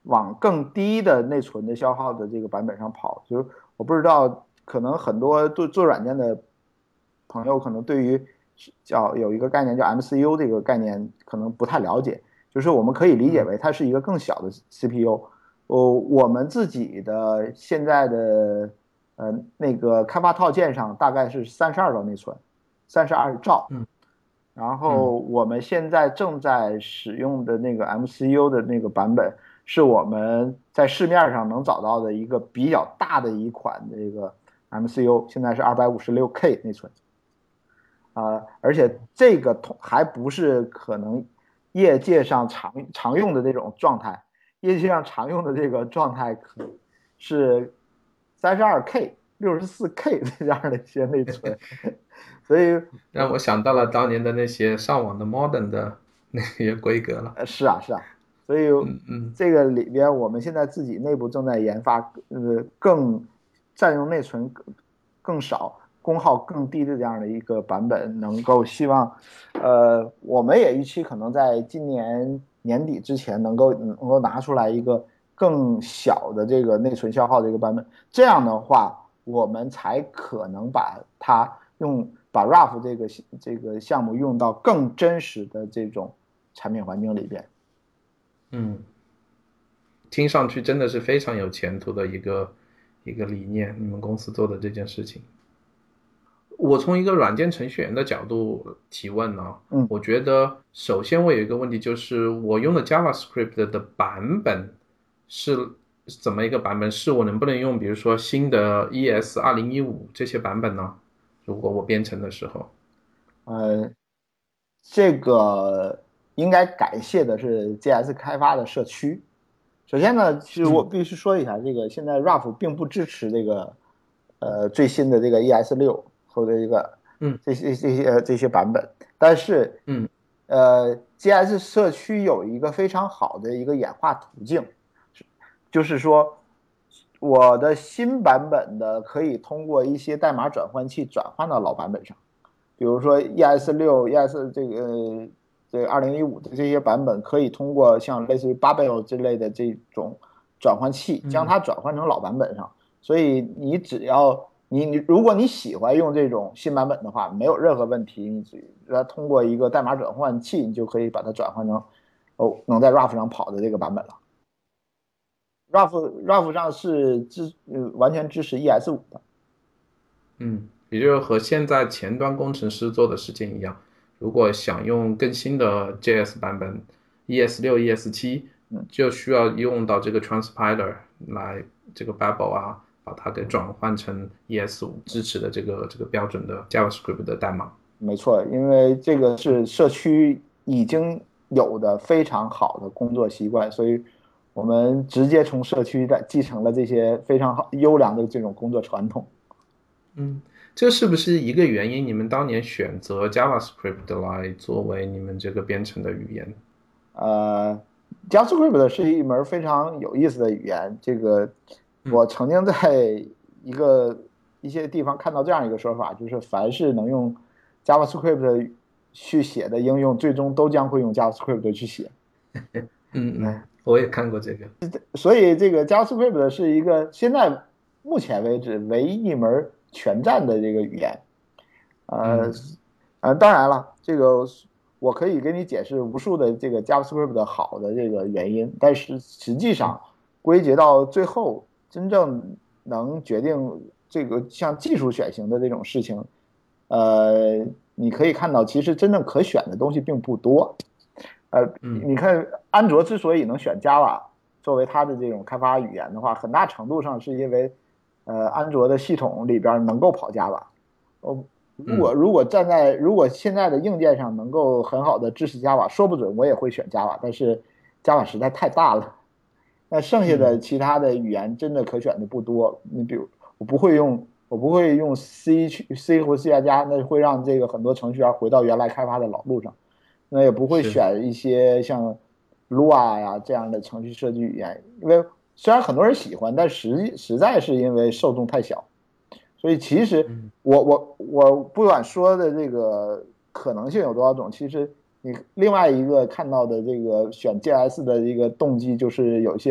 往更低的内存的消耗的这个版本上跑。就是我不知道，可能很多做做软件的朋友可能对于叫有一个概念叫 M C U 这个概念可能不太了解，就是我们可以理解为它是一个更小的 C P U。哦，我们自己的现在的呃那个开发套件上大概是三十二兆内存，三十二兆。 嗯， 然后我们现在正在使用的那个 M C U 的那个版本，是我们在市面上能找到的一个比较大的一款这个 M C U， 现在是 二百五十六 K 内存。啊、呃，而且这个还不是可能业界上常常用的这种状态，业界上常用的这个状态可是三十二 K、六十四 K 这样的一些内存，所以让我想到了当年的那些上网的 modem 的那些规格了。 呃是啊是啊，所以嗯嗯这个里边我们现在自己内部正在研发，呃，更占用内存更少，功耗更低的这样的一个版本，能够希望，呃，我们也预期可能在今年年底之前能够能够拿出来一个更小的这个内存消耗的一个版本，这样的话，我们才可能把它用把 R A F 这个这个项目用到更真实的这种产品环境里边。 嗯，听上去真的是非常有前途的一个一个理念，你们公司做的这件事情。我从一个软件程序员的角度提问呢， 嗯我觉得首先我有一个问题，就是我用的 JavaScript 的版本是怎么一个版本？是我能不能用比如说新的 E S 二零一五这些版本呢？如果我编程的时候。 呃，这个应该感谢的是 J S 开发的社区。首先呢，其实我必须说一下，这个现在 R A F 并不支持这个呃最新的这个 E S 六或者这个嗯这些这些这些版本，但是嗯呃 J S 社区有一个非常好的一个演化途径，就是说我的新版本的可以通过一些代码转换器转换到老版本上。比如说 E S 六、E S 这个这个二零一五的这些版本，可以通过像类似于 Babel 之类的这种转换器，将嗯它转换成老版本上。所以你只要你你如果你喜欢用这种新版本的话，没有任何问题，你只要通过一个代码转换器，你就可以把它转换成哦能在 R A F 上跑的这个版本了。R A F R A F 上是支呃完全支持 E S 五的。 嗯，也就是和现在前端工程师做的事情一样，如果想用更新的 J S 版本 E S 六、E S 七，就需要用到这个 transpiler 来这个 Babel 啊，把它给转换成 E S 五支持的这个这个标准的 JavaScript 的代码。 没错，因为这个是社区已经有的非常好的工作习惯，所以我们直接从社区的继承了这些非常好优良的这种工作传统。 嗯，这是不是一个原因？你们当年选择 JavaScript 来作为你们这个编程的语言？ 呃，JavaScript 是一门非常有意思的语言。这个我曾经在一个一些地方看到这样一个说法，就是凡是能用 JavaScript 去写的应用，最终都将会用 JavaScript 去写。 嗯嗯，我也看过这个。 所以这个 JavaScript 是一个现在目前为止唯一一门全站的这个语言。呃，呃，当然了，这个我可以给你解释无数的这个 JavaScript 好的这个原因，但是实际上归结到最后，真正能决定这个像技术选型的这种事情，呃，你可以看到，其实真正可选的东西并不多。呃，你看安卓之所以能选 Java 作为它的这种开发语言的话，很大程度上是因为，呃，安卓的系统里边能够跑 Java。哦，如果如果站在如果现在的硬件上能够很好的支持 Java，说不准我也会选 Java，但是 Java 实在太大了。那剩下的其他的语言真的可选的不多。你比如我不会用我不会用 C 去 C 或 C 加加，那会让这个很多程序员回到原来开发的老路上。那也不会选一些像 Lua 呀这样的程序设计语言，因为虽然很多人喜欢，但实实在是因为受众太小。所以其实我我我不管说的这个可能性有多少种，其实你另外一个看到的这个选 J S 的这个动机，就是有一些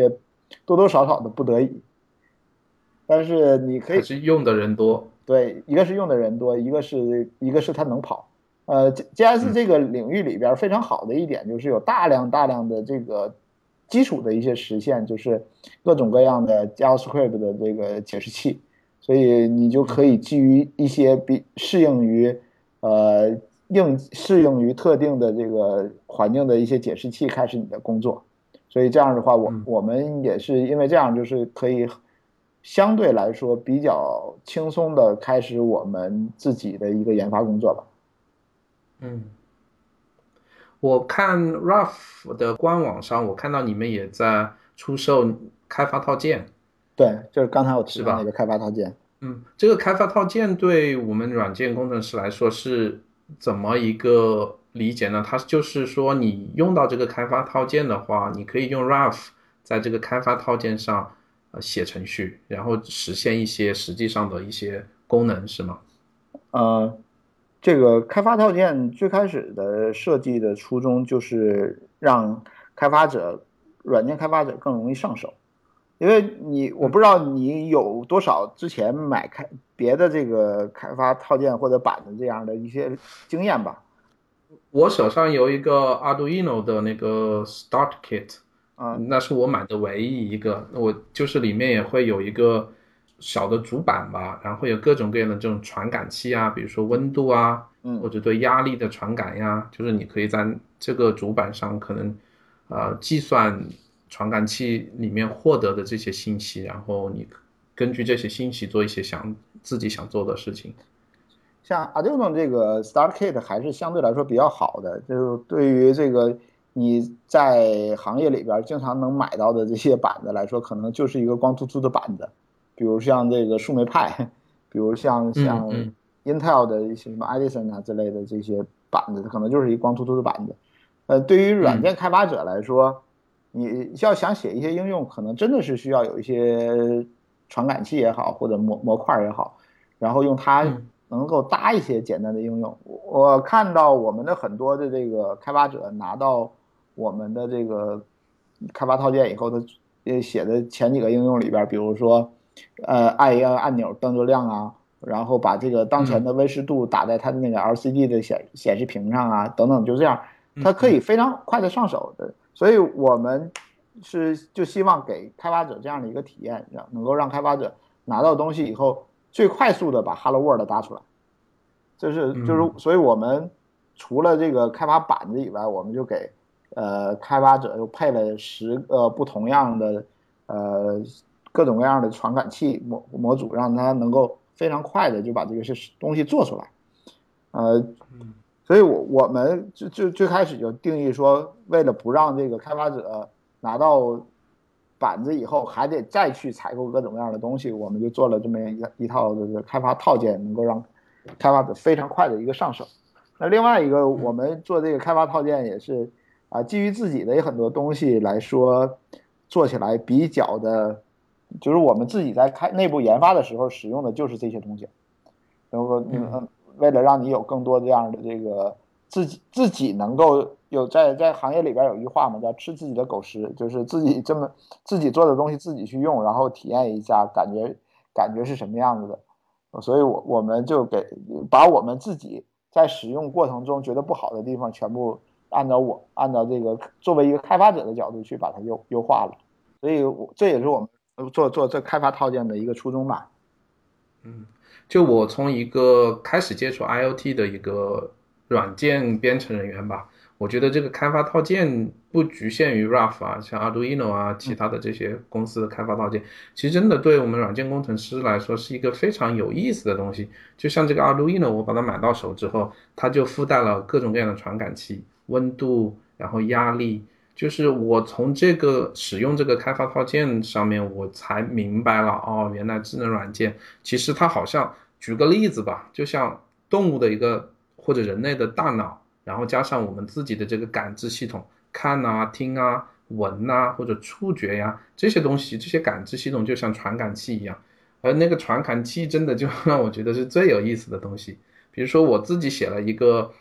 多多少少的不得已。但是你可还以是用的人多。 对，一个是用的人多，一个是一个是它能跑。呃，G S 嗯这个领域里边非常好的一点就是有大量大量的这个基础的一些实现，就是各种各样的 JavaScript 的这个解释器，所以你就可以基于一些比适应于呃应适应于特定的这个环境的一些解释器开始你的工作。所以这样的话，我嗯我们也是因为这样，就是可以相对来说比较轻松的开始我们自己的一个研发工作吧。 嗯，我看 R A F 的官网上，我看到你们也在出售开发套件， 对，就是刚才我提是吧？ 到那个开发套件。 嗯，这个开发套件对我们软件工程师来说是怎么一个理解呢？它就是说，你用到这个开发套件的话，你可以用 R A F 在这个开发套件上呃写程序，然后实现一些实际上的一些功能，是吗？ 呃，这个开发套件最开始的设计的初衷就是让开发者、软件开发者更容易上手。因为你，我不知道你有多少之前买开别的这个开发套件或者板子这样的一些经验吧。 我手上有一个 Arduino 的那个 Start Kit， 啊， 那是我买的唯一一个。我就是里面也会有一个小的主板吧，然后会有各种各样的这种传感器啊，比如说温度啊，或嗯。 者对压力的传感呀，就是你可以在这个主板上可能呃计算传感器里面获得的这些信息，然后你根据这些信息做一些想自己想做的事情。 像 Arduino 这个 Start Kit 还是相对来说比较好的，就是对于这个你在行业里边经常能买到的这些板子来说，可能就是一个光秃秃的板子，比如像这个树莓派，比如像像嗯嗯 Intel 的一些什么 Edison 啊之类的这些板子，可能就是一个光秃秃的板子。呃，对于软嗯件开发者来说，你要想写一些应用，可能真的是需要有一些传感器也好，或者模模块也好，然后用它嗯能够搭一些简单的应用。我看到我们的很多的这个开发者拿到我们的这个开发套件以后，他呃写的前几个应用里边，比如说呃按一个按钮灯就亮啊，然后把这个当前嗯的温湿度打在它的那个 L C D 的显显示屏上啊，等等，就这样，它可以嗯嗯非常快的上手的。所以我们是就希望给开发者这样的一个体验，让能够让开发者拿到东西以后，最快速的把 Hello World 搭出来。就是就嗯是，所以我们除了这个开发板子以外，我们就给呃开发者又配了十个不同样的呃各种各样的传感器模模组，让它能够非常快的就把这个是东西做出来。呃，所以我我们就就最开始就定义说，为了不让这个开发者拿到板子以后还得再去采购各种各样的东西，我们就做了这么一一套这个开发套件，能够让开发者非常快的一个上手。那另外一个，我们做这个开发套件也是啊，基于自己的很多东西来说，做起来比较的，就是我们自己在开内部研发的时候使用的就是这些东西。然后嗯嗯，为了让你有更多这样的这个自己自己能够有在在行业里边有一句话嘛，叫吃自己的狗食，就是自己这么自己做的东西自己去用，然后体验一下，感觉感觉是什么样子的。所以我我们就给把我们自己在使用过程中觉得不好的地方，全部按照我按照这个作为一个开发者的角度去把它优优化了。所以我这也是我们做做这开发套件的一个初衷吧。 嗯，就我从一个开始接触 I O T 的一个软件编程人员吧，我觉得这个开发套件不局限于 R A F 啊，像 Arduino 啊，其他的这些公司的开发套件，其实真的对我们软件工程师来说是一个非常有意思的东西。就像这个 Arduino，我把它买到手之后，它就附带了各种各样的传感器，温度，然后压力。就是我从这个使用这个开发套件上面，我才明白了哦，原来智能软件其实它好像，举个例子吧，就像动物的一个或者人类的大脑，然后加上我们自己的这个感知系统，看啊、听啊、闻啊或者触觉呀、这些东西，这些感知系统就像传感器一样，而那个传感器真的就让我觉得是最有意思的东西。比如说我自己写了一个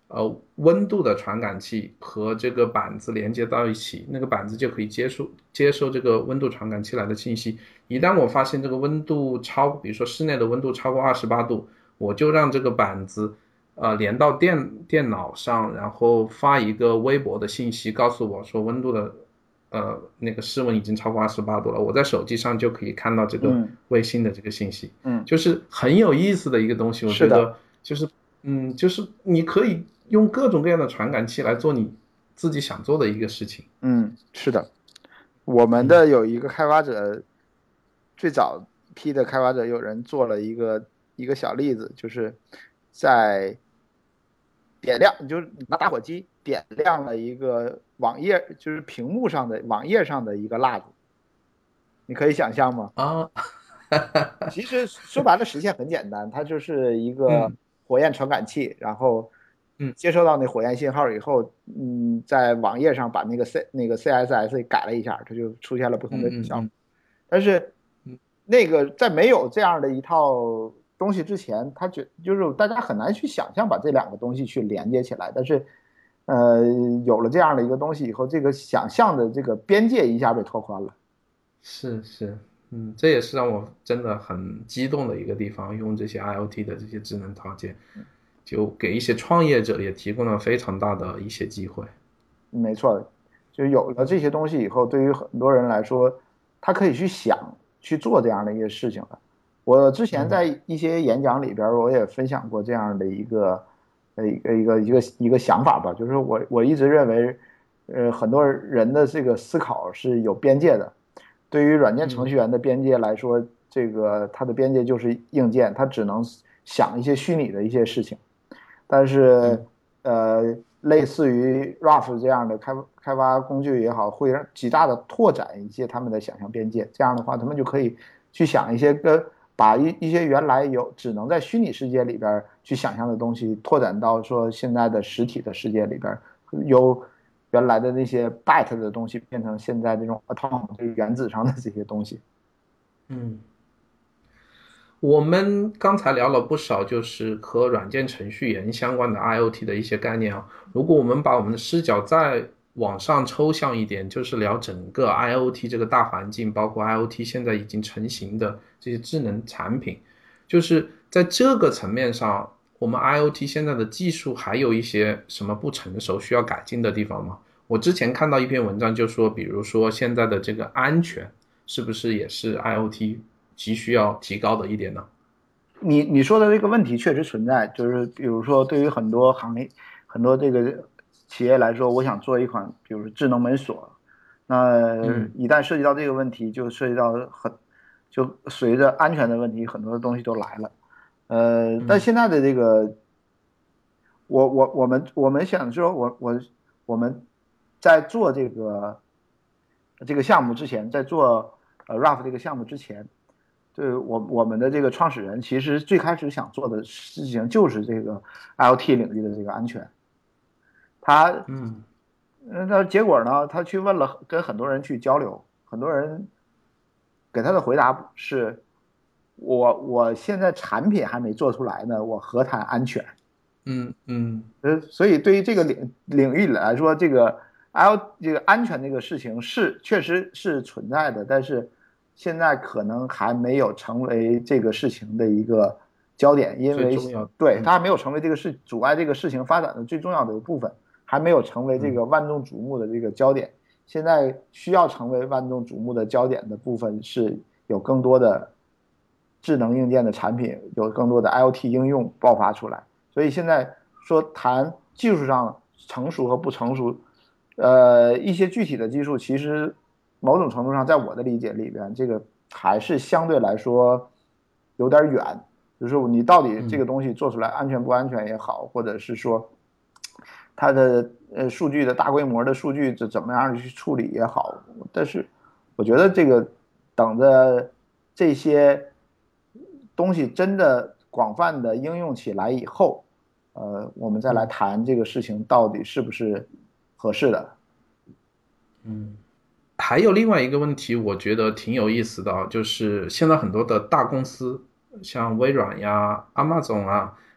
呃温度的传感器和这个板子连接到一起，那个板子就可以接收接收这个温度传感器来的信息。一旦我发现这个温度超，比如说室内的温度超过二十八度，我就让这个板子呃连到电电脑上，然后发一个微博的信息告诉我说温度的呃那个室温已经超过二十八度了，我在手机上就可以看到这个嗯卫星的这个信息， 嗯， 就是很有意思的一个东西，我是的。 觉得就是嗯就是你可以用各种各样的传感器来做你自己想做的一个事情。 嗯，是的。我们嗯的有一个开发者，最早批的开发者有人做了一个一个小例子，就是在点亮，就是拿打火机点亮了一个网页，就是屏幕上的网页上的一个蜡烛，你可以想象吗？ 啊， 其实说白了，实现很简单，它就是一个嗯火焰传感器，然后嗯接收到那火焰信号以后，嗯，在网页上把那个 C 那个 C S S 改了一下，它就出现了不同的效果。 嗯嗯嗯但是嗯那个在没有这样的一套东西之前，它觉就是大家很难去想象把这两个东西去连接起来。但是，呃，有了这样的一个东西以后，这个想象的这个边界一下被拓宽了。 是是，嗯，这也是让我真的很激动的一个地方。用这些 I O T 的这些智能套件，就给一些创业者也提供了非常大的一些机会。 没错，就有了这些东西以后，对于很多人来说，他可以去想去做这样的一个事情了。我之前嗯在一些演讲里边，我也分享过这样的一个呃一个一个一个一个想法吧，就是我我一直认为，呃，很多人的这个思考是有边界的。对于软件程嗯序员的边界来说，这个它的边界就是硬件，它只能想一些虚拟的一些事情。但是， 嗯呃，类似于 R A F 这样的开开发工具也好，会让极大的拓展一些他们的想象边界。这样的话，他们就可以去想一些跟把一一些原来有只能在虚拟世界里边去想象的东西，拓展到说现在的实体的世界里边，由原来的那些 byte 的东西变成现在这种 atom 就是原子上的这些东西。 嗯。我们刚才聊了不少，就是和软件程序员相关的 I O T 的一些概念啊。如果我们把我们的视角再往上抽象一点，就是聊整个 I O T 这个大环境，包括 I O T 现在已经成型的这些智能产品，就是在这个层面上，我们 I O T 现在的技术还有一些什么不成熟、需要改进的地方吗？我之前看到一篇文章就说，比如说现在的这个安全，是不是也是 I O T 急需要提高的一点呢？ 你你说的这个问题确实存在，就是比如说对于很多行业、很多这个企业来说，我想做一款比如说智能门锁，那嗯一旦涉及到这个问题，就涉及到很，就随着安全的问题，很多东西都来了。呃，但嗯现在的这个，我我我们我们想说，我我我们在做这个这个项目之前，在做呃 R A F 这个项目之前。对我我们的这个创始人，其实最开始想做的事情就是这个 I O T 领域的这个安全。他， 嗯呃那结果呢，他去问了，跟很多人去交流，很多人给他的回答是：我我现在产品还没做出来呢，我何谈安全？ 嗯嗯呃，所以对于这个领领域来说，这个 I O 这个安全这个事情是确实是存在的，但是现在可能还没有成为这个事情的一个焦点，因为最重要的， 对嗯它还没有成为这个事阻碍这个事情发展的最重要的一部分，还没有成为这嗯个万众瞩目的这个焦点。现在需要成为万众瞩目的焦点的部分是有更多的智能硬件的产品，有更多的 I O T 应用爆发出来。所以现在说谈技术上成熟和不成熟，呃，一些具体的技术，其实某种程度上，在我的理解里边，这个还是相对来说有点远。就是你到底这嗯个东西做出来安全不安全也好，或者是说它的呃数据的大规模的数据怎怎么样去处理也好，但是我觉得这个等着这些东西真的广泛的应用起来以后，呃，我们再来嗯谈这个事情到底是不是合适的。 嗯。还有另外一个问题，我觉得挺有意思的啊，就是现在很多的大公司，像微软呀、Amazon 啊，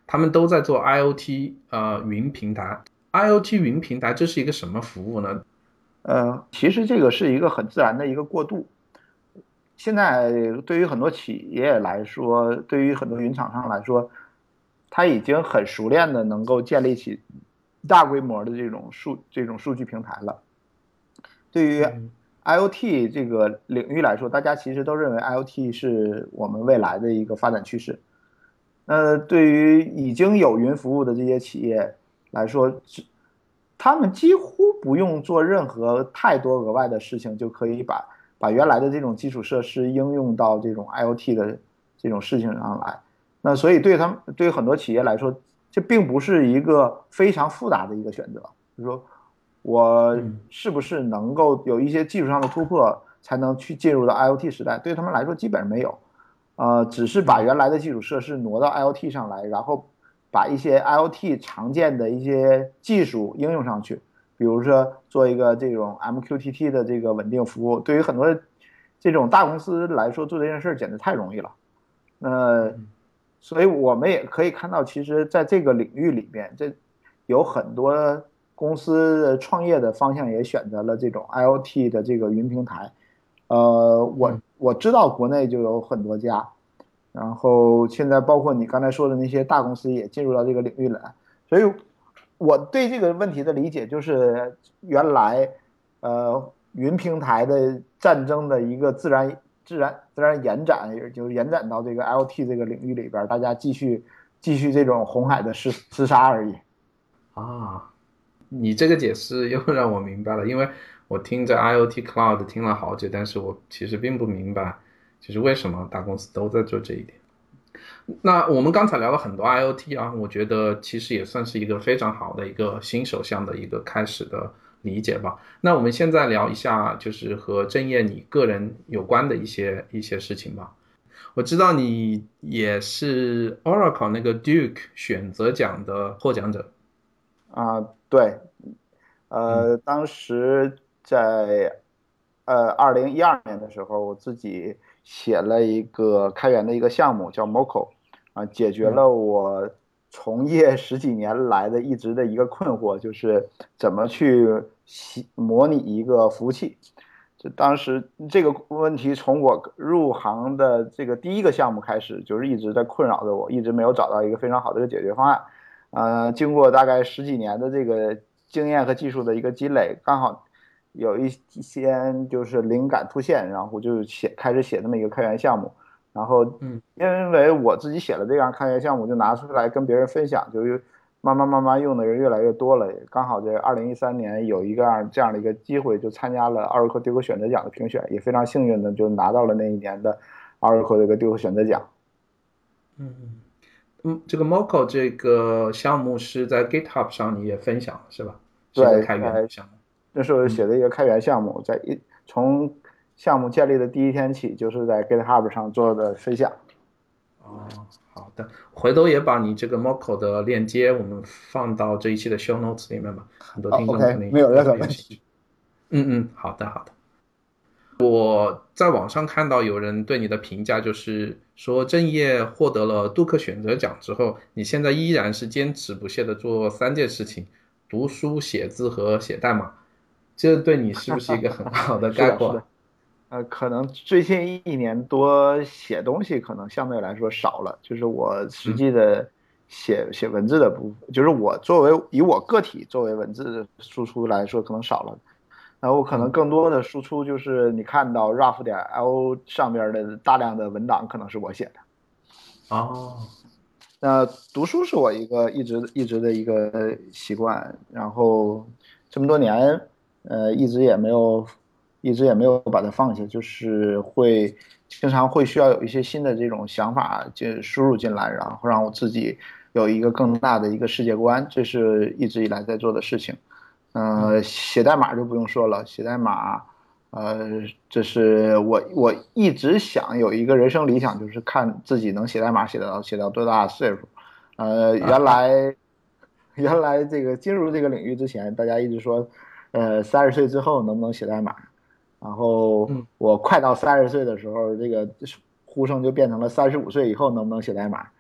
他们都在做 I O T 呃云平台。I O T 云平台这是一个什么服务呢？ 呃，其实这个是一个很自然的一个过渡。现在对于很多企业来说，对于很多云厂商来说，他已经很熟练的能够建立起大规模的这种数这种数据平台了。对于 I O T 这个领域来说，大家其实都认为 I O T 是我们未来的一个发展趋势。那对于已经有云服务的这些企业来说，他们几乎不用做任何太多额外的事情，就可以把把原来的这种基础设施应用到这种 I O T 的这种事情上来。那所以对他们对于很多企业来说，这并不是一个非常复杂的一个选择。就是说我是不是能够有一些技术上的突破，才能去进入到 I O T 时代？对他们来说基本上没有，呃，只是把原来的基础设施挪到 I O T 上来，然后把一些 I O T 常见的一些技术应用上去，比如说做一个这种 M Q T T 的这个稳定服务，对于很多这种大公司来说，做这件事简直太容易了。那所以我们也可以看到，其实在这个领域里面，这有很多公司创业的方向也选择了这种 I O T 的这个云平台。呃，我我知道国内就有很多家，然后现在包括你刚才说的那些大公司也进入到这个领域来，所以我对这个问题的理解就是，原来呃云平台的战争的一个自然自然自然延展，也就延展到这个 I O T 这个领域里边，大家继续继续这种红海的厮厮杀而已。 啊，你这个解释又让我明白了，因为我听着 I O T Cloud 听了好久，但是我其实并不明白，就是为什么大公司都在做这一点。那我们刚才聊了很多 I O T 啊，我觉得其实也算是一个非常好的一个新手向的一个开始的理解吧。那我们现在聊一下，就是和正业你个人有关的一些一些事情吧。我知道你也是 Oracle 那个 Duke 选择奖的获奖者。 啊，对，呃，当时在呃二零一二年的时候，我自己写了一个开源的一个项目，叫 Moco， 啊，解决了我从业十几年来的一直的一个困惑，就是怎么去模拟一个服务器。就当时这个问题从我入行的这个第一个项目开始，就是一直在困扰着我，一直没有找到一个非常好的一个解决方案。呃，经过大概十几年的这个经验和技术的一个积累，刚好有一些就是灵感突现，然后就写开始写这么一个开源项目。然后，因为我自己写了这样开源项目，就拿出来跟别人分享，就是慢慢慢慢用的人越来越多了。刚好在二零一三年有一个这样的一个机会，就参加了 Oracle Duke 选择奖的评选，也非常幸运的就拿到了那一年的 Oracle 这个 Duke 选择奖。 嗯嗯，这个 Moco 这个项目是在 GitHub 上你也分享了是吧？是对， 个开源的项目。 那是我写的一个开源项目，在一从项目建立的第一天起，就是在 GitHub 上做的分享。 哦，好的，回头也把你这个 Moco 的链接我们放到这一期的 show notes 里面吧，很多听众肯定没有任何问题。 嗯嗯，好的好的。我在网上看到有人对你的评价，就是说正业获得了杜克选择奖之后，你现在依然是坚持不懈的做三件事情：读书、写字和写代码。这对你是不是一个很好的概括？ 是的，是的。呃，可能最近一年多写东西可能相对来说少了，就是我实际的写、嗯、写文字的部分，就是我作为以我个体作为文字的输出来说可能少了。然后我可能更多的输出就是你看到 rough 点 L 上边的大量的文档可能是我写的。 哦， 那读书是我一个一直一直的一个习惯，然后这么多年，呃，一直也没有一直也没有把它放下，就是会经常会需要有一些新的这种想法就输入进来，然后让我自己有一个更大的一个世界观，这是一直以来在做的事情。呃，写代码就不用说了，写代码，呃，这是我我一直想有一个人生理想，就是看自己能写代码写到写到多大岁数。呃，原来原来这个进入这个领域之前，大家一直说，呃，三十岁之后能不能写代码？然后我快到三十岁的时候，这个呼声就变成了三十五岁以后能不能写代码？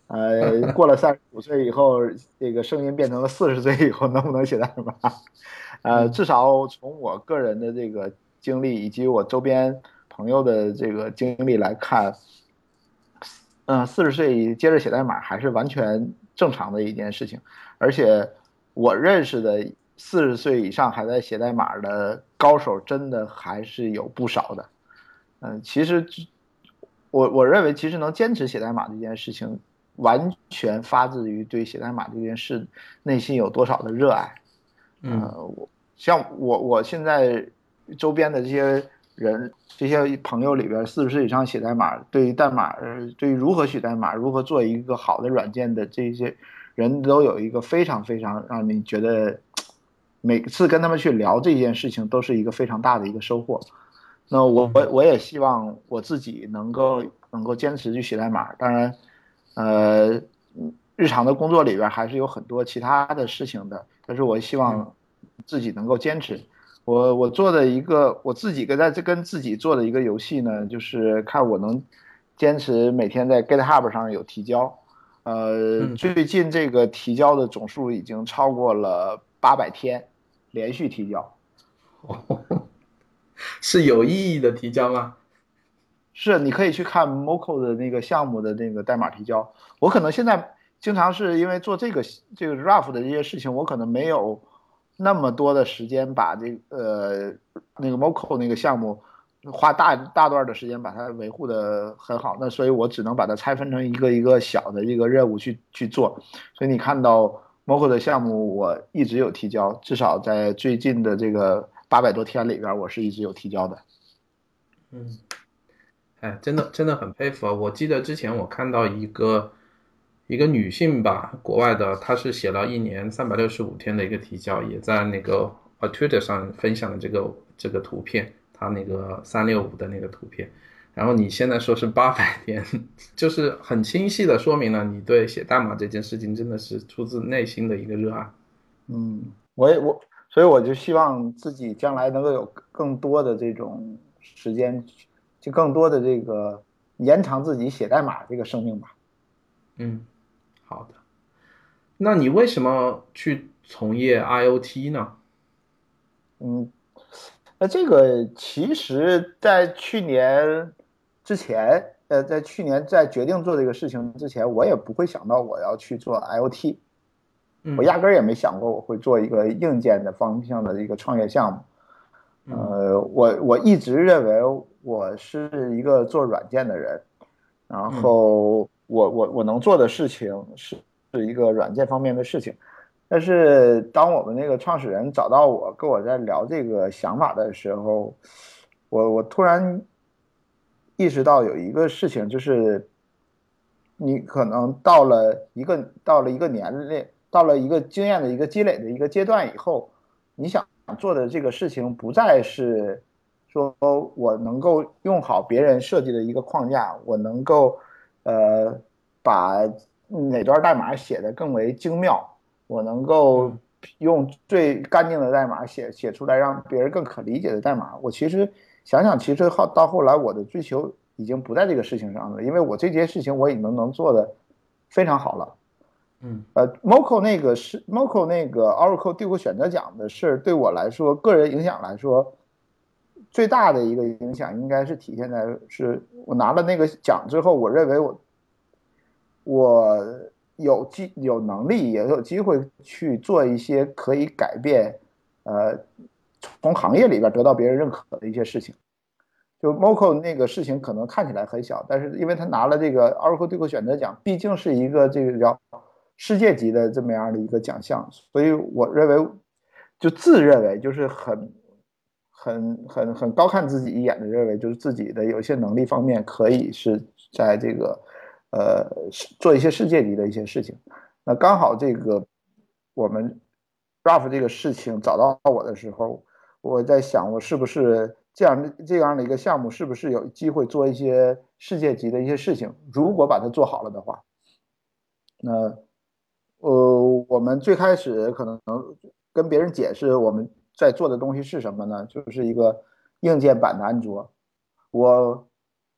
呃，过了三十五岁以后，这个声音变成了四十岁以后能不能写代码？呃， 嗯至少从我个人的这个经历以及我周边朋友的这个经历来看，嗯、呃，四十岁接着写代码还是完全正常的一件事情。而且我认识的四十岁以上还在写代码的高手，真的还是有不少的。嗯、呃，其实我我认为，其实能坚持写代码这件事情，完全发自于对写代码这件事内心有多少的热爱。 嗯呃，我像我我现在周边的这些人，这些朋友里边，四十岁以上写代码，对于代码，呃，对于如何写代码，如何做一个好的软件的这些人都有一个非常非常让你觉得，每次跟他们去聊这件事情，都是一个非常大的一个收获。那我我嗯我也希望我自己能够能够坚持去写代码。当然，呃，日常的工作里边还是有很多其他的事情的，但是我希嗯望自己能够坚持。我我做的一个我自己跟在这跟自己做的一个游戏呢，就是看我能坚持每天在 GitHub 上有提交。呃， 嗯， 最近这个提交的总数已经超过了八百天，连续提交。 哦，是有意义的提交吗？ 是，你可以去看 Moco 的那个项目的那个代码提交。我可能现在经常是因为做这个这个 R A F 的这些事情，我可能没有那么多的时间把这呃那个 Moco 那个项目花大大段的时间把它维护的很好，那所以我只能把它拆分成一个一个小的这个任务去去做。所以你看到 Moco 的项目，我一直有提交，至少在最近的这个八百多天里边，我是一直有提交的。 嗯。哎，真的真的很佩服啊！我记得之前我看到一个一个女性吧，国外的，她是写了一年三百六十五天的一个提交，也在那个呃 Twitter 上分享了这个这个图片，她那个三六五的那个图片。然后你现在说是八百天，就是很清晰的说明了你对写代码这件事情真的是出自内心的一个热爱。 嗯，我也我，所以我就希望自己将来能够有更多的这种时间，就更多的这个延长自己写代码这个生命吧。 嗯，好的。那你为什么去从业 I O T 呢？ 嗯，那这个其实，在去年之前，呃，在去年在决定做这个事情之前，我也不会想到我要去做 I O T。我嗯压根儿也没想过我会做一个硬件的方向的一个创业项目。 嗯呃，我我一直认为我是一个做软件的人，然嗯后我我我能做的事情是是一个软件方面的事情。但是当我们那个创始人找到我，跟我在聊这个想法的时候，我我突然意识到有一个事情，就是你可能到了一个到了一个年龄，到了一个经验的一个积累的一个阶段以后，你想做的这个事情不再是说我能够用好别人设计的一个框架，我能够呃把哪段代码写得更为精妙，我能够嗯用最干净的代码写写出来让别人更可理解的代码。我其实想想，其实后到后来我的追求已经不在这个事情上了，因为我这件事情我已经能做的非常好了。 嗯呃，Moco 那个是 Moco 那个 Oracle 帝国选择奖的事，对我来说，个人影响来说，最大的一个影响应该是体现在是我拿了那个奖之后，我认为我我有机有能力，也有机会去做一些可以改变，呃，从行业里边得到别人认可的一些事情。就 Moco 那个事情可能看起来很小，但是因为他拿了这个 Oracle 帝国选择奖，毕竟是一个这个叫世界级的这么样的一个奖项，所以我认为就自认为就是很很很很高看自己一眼的认为，就是自己的有些能力方面可以是在这个呃做一些世界级的一些事情。那刚好这个我们 R A F 这个事情找到我的时候，我在想我是不是这样这样的一个项目是不是有机会做一些世界级的一些事情？如果把它做好了的话，那呃我们最开始可能跟别人解释我们在做的东西是什么呢？就是一个硬件版的安卓。我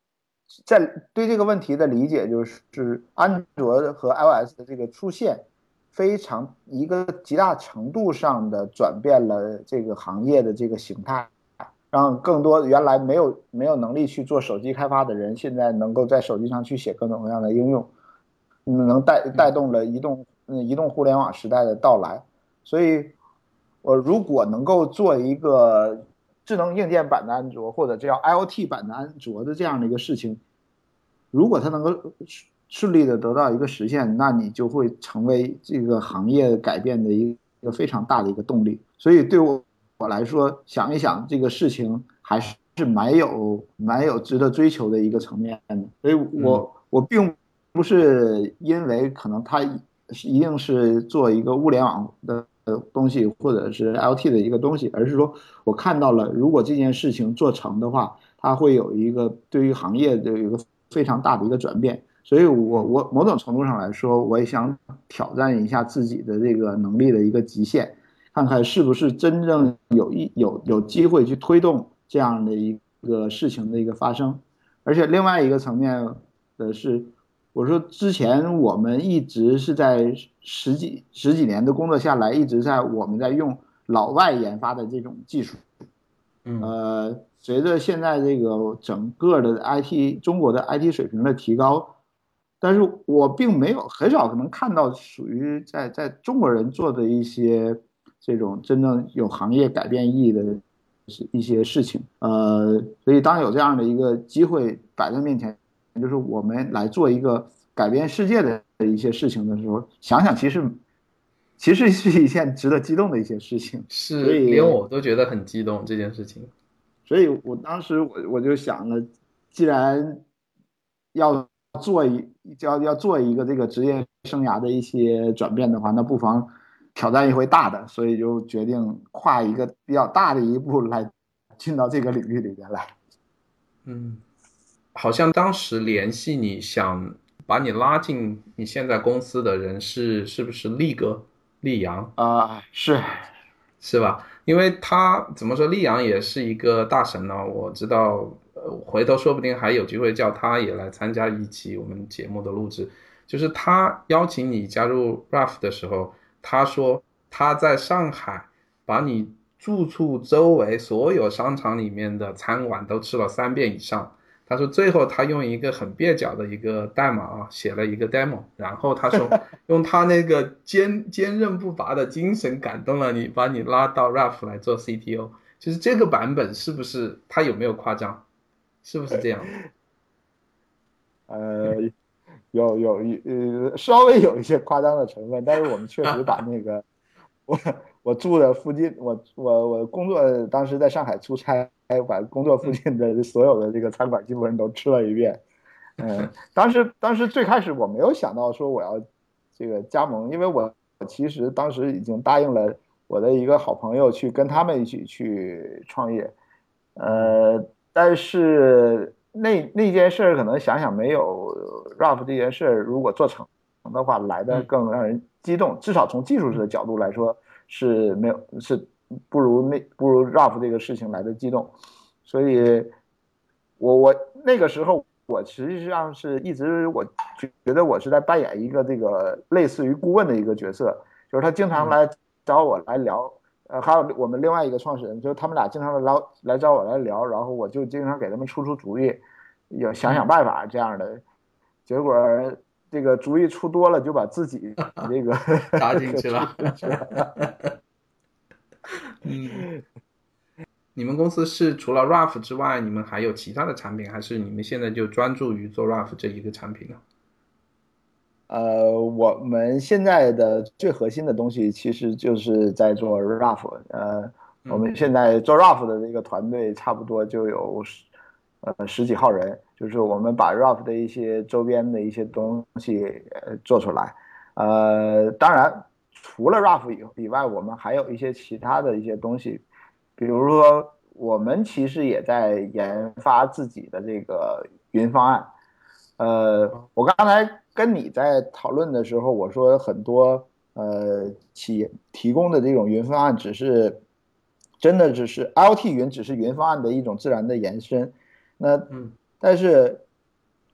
在对这个问题的理解就是，安卓和 iOS 的这个出现，非常一个极大程度上的转变了这个行业的这个形态，让更多原来没有没有能力去做手机开发的人，现在能够在手机上去写各种各样的应用，能带带动了移动嗯移动互联网时代的到来。所以，我如果能够做一个智能硬件版的安卓，或者叫 I O T 版的安卓的这样的一个事情，如果它能够顺利的得到一个实现，那你就会成为这个行业改变的一个非常大的一个动力。所以对我我来说，想一想这个事情还是蛮有蛮有值得追求的一个层面的。所以我我并不是因为可能它一定是做一个物联网的东西，或者是 L T 的一个东西，而是说我看到了，如果这件事情做成的话，它会有一个对于行业的一个非常大的一个转变。所以我我某种程度上来说，我也想挑战一下自己的这个能力的一个极限，看看是不是真正有一有有机会去推动这样的一个事情的一个发生。而且另外一个层面的是，我说之前我们一直是在十几十几年的工作下来，一直在我们在用老外研发的这种技术，呃，随着现在这个整个的 I T 中国的 I T 水平的提高，但是我并没有很少可能看到属于在在中国人做的一些这种真正有行业改变意义的一些事情，呃，所以当有这样的一个机会摆在面前，就是我们来做一个改变世界的一些事情的时候，想想其实其实是一件值得激动的一些事情， 是， 所以连我都觉得很激动这件事情。 所以我当时我我就想了，既然要做一要要做一个这个职业生涯的一些转变的话，那不妨挑战一回大的，所以就决定跨一个比较大的一步来进到这个领域里边来。 嗯，好像当时联系你想把你拉进你现在公司的人是是不是力哥力阳啊、呃，是是吧？因为他怎么说，力阳也是一个大神呢。我知道，呃，回头说不定还有机会叫他也来参加一期我们节目的录制。就是他邀请你加入 R A F 的时候，他说他在上海把你住处周围所有商场里面的餐馆都吃了三遍以上。他说最后他用一个很蹩脚的一个代码啊写了一个 demo， 然后他说用他那个坚坚韧不拔的精神感动了你，把你拉到 R A F 来做 C T O。 就是这个版本是不是他有没有夸张，是不是这样的？ 呃，有有呃稍微有一些夸张的成分，但是我们确实把那个我我住的附近，我我我工作当时在上海出差，把工作附近的所有的这个餐馆基本上都吃了一遍。嗯，当时当时最开始我没有想到说我要这个加盟，因为我其实当时已经答应了我的一个好朋友去跟他们一起去创业。呃，但是那那件事可能想想没有 R A F 这件事如果做成的话来的更让人激动，至少从技术的角度来说是没有是不如那不如 R A F 这个事情来的激动。所以我我那个时候我实际上是一直我觉得我是在扮演一个这个类似于顾问的一个角色，就是他经常来找我来聊。呃，还有我们另外一个创始人，就是他们俩经常来来找我来聊，然后我就经常给他们出出主意，有想想办法这样的。结果这个主意出多了，就把自己这个插进去了。 去了嗯，你们公司是除了 R A F 之外，你们还有其他的产品，还是你们现在就专注于做 R A F 这一个产品呢？ 呃，我们现在的最核心的东西其实就是在做 R A F。呃，我们现在做 R A F 的这个团队差不多就有十呃十几号人，就是我们把 R A F 的一些周边的一些东西呃做出来。呃，当然除了 R A F 以以外，我们还有一些其他的一些东西，比如说我们其实也在研发自己的这个云方案。呃，我刚才跟你在讨论的时候，我说很多呃企业提供的这种云方案只是真的只是 I O T 云，只是云方案的一种自然的延伸。那但是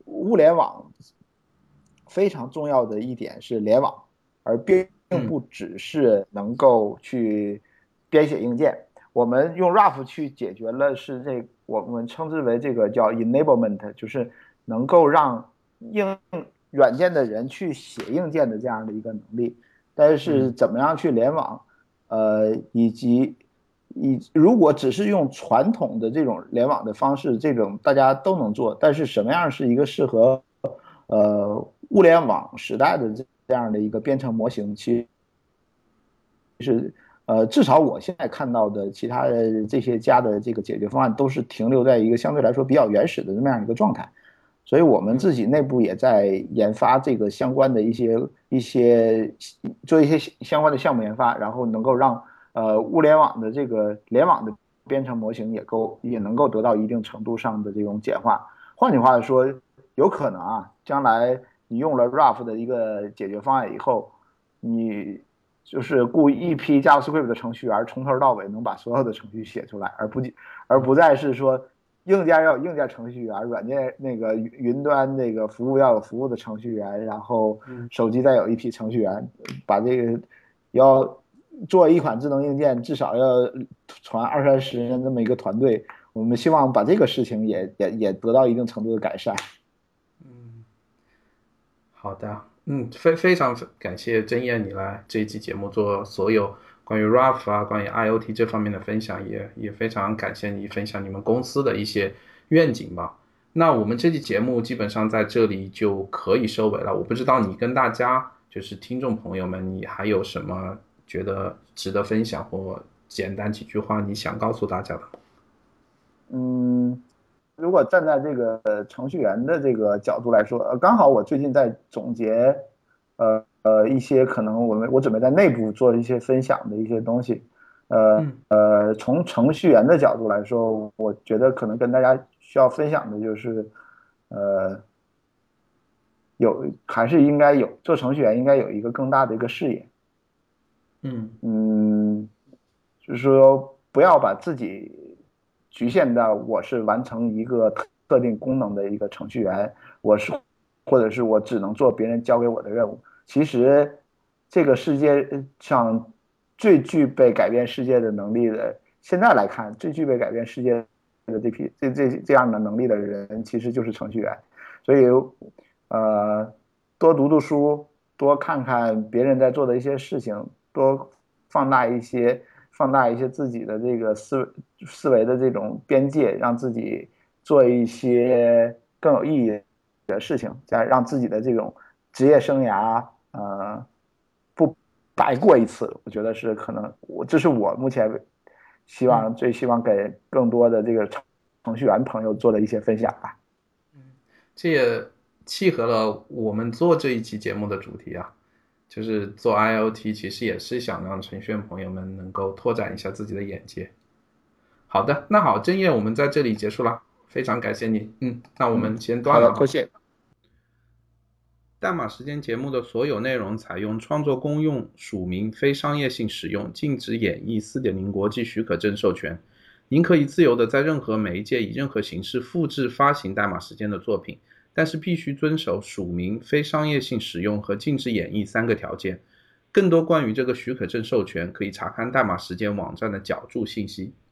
物联网非常重要的一点是联网，而并不只是能够去编写硬件。我们用 R A F 去解决了是这我们称之为这个叫 enablement， 就是能够让硬软件的人去写硬件的这样的一个能力。但是怎么样去联网，呃，以及以如果只是用传统的这种联网的方式，这种大家都能做，但是什么样是一个适合呃物联网时代的这样的一个编程模型，其实呃至少我现在看到的其他的这些家的这个解决方案都是停留在一个相对来说比较原始的这么样一个状态。所以我们自己内部也在研发这个相关的一些一些做一些相关的项目研发，然后能够让呃物联网的这个联网的编程模型也够也能够得到一定程度上的这种简化。换句话说，有可能啊，将来你用了 R A F 的一个解决方案以后，你就是雇一批 JavaScript 的程序员，从头到尾能把所有的程序写出来，而不而不再是说。硬件要有硬件程序员，软件那个云端那个服务要有服务的程序员，然后手机再有一批程序员，把这个要做一款智能硬件，至少要传二三十人这么一个团队。我们希望把这个事情也也也得到一定程度的改善。 嗯，好的，嗯，非非常感谢曾燕你来这一期节目做所有关于 R A F 啊，关于 I O T 这方面的分享，也也非常感谢你分享你们公司的一些愿景吧。那我们这期节目基本上在这里就可以收尾了。我不知道你跟大家就是听众朋友们，你还有什么觉得值得分享或简单几句话你想告诉大家的？ 嗯，如果站在这个程序员的这个角度来说，呃，刚好我最近在总结，呃呃一些可能我们我准备在内部做一些分享的一些东西，呃呃，从程序员的角度来说，我觉得可能跟大家需要分享的就是，呃，有还是应该有做程序员应该有一个更大的一个视野， 嗯嗯，就是说不要把自己局限到我是完成一个特定功能的一个程序员，我是或者是我只能做别人交给我的任务。其实这个世界上最具备改变世界的能力的，现在来看最具备改变世界的这批这这这样的能力的人，其实就是程序员。所以呃，多读读书，多看看别人在做的一些事情，多放大一些放大一些自己的这个思维思维的这种边界，让自己做一些更有意义的事情，再让自己的这种职业生涯呃不白过一次。我觉得是可能我这是我目前希望最希望给更多的这个程序员朋友做的一些分享吧。 这也契合了我们做这一期节目的主题啊，就是做 I O T 其实也是想让程序员朋友们能够拓展一下自己的眼界。好的，那好，郑业我们在这里结束了，非常感谢你。嗯，那我们先断了。 好的，谢谢。 代码时间节目的所有内容采用创作公用、署名、非商业性使用、禁止演绎 四点零 国际许可证授权。您可以自由的在任何媒介以任何形式复制发行代码时间的作品，但是必须遵守署名、非商业性使用和禁止演绎三个条件。更多关于这个许可证授权，可以查看代码时间网站的脚注信息。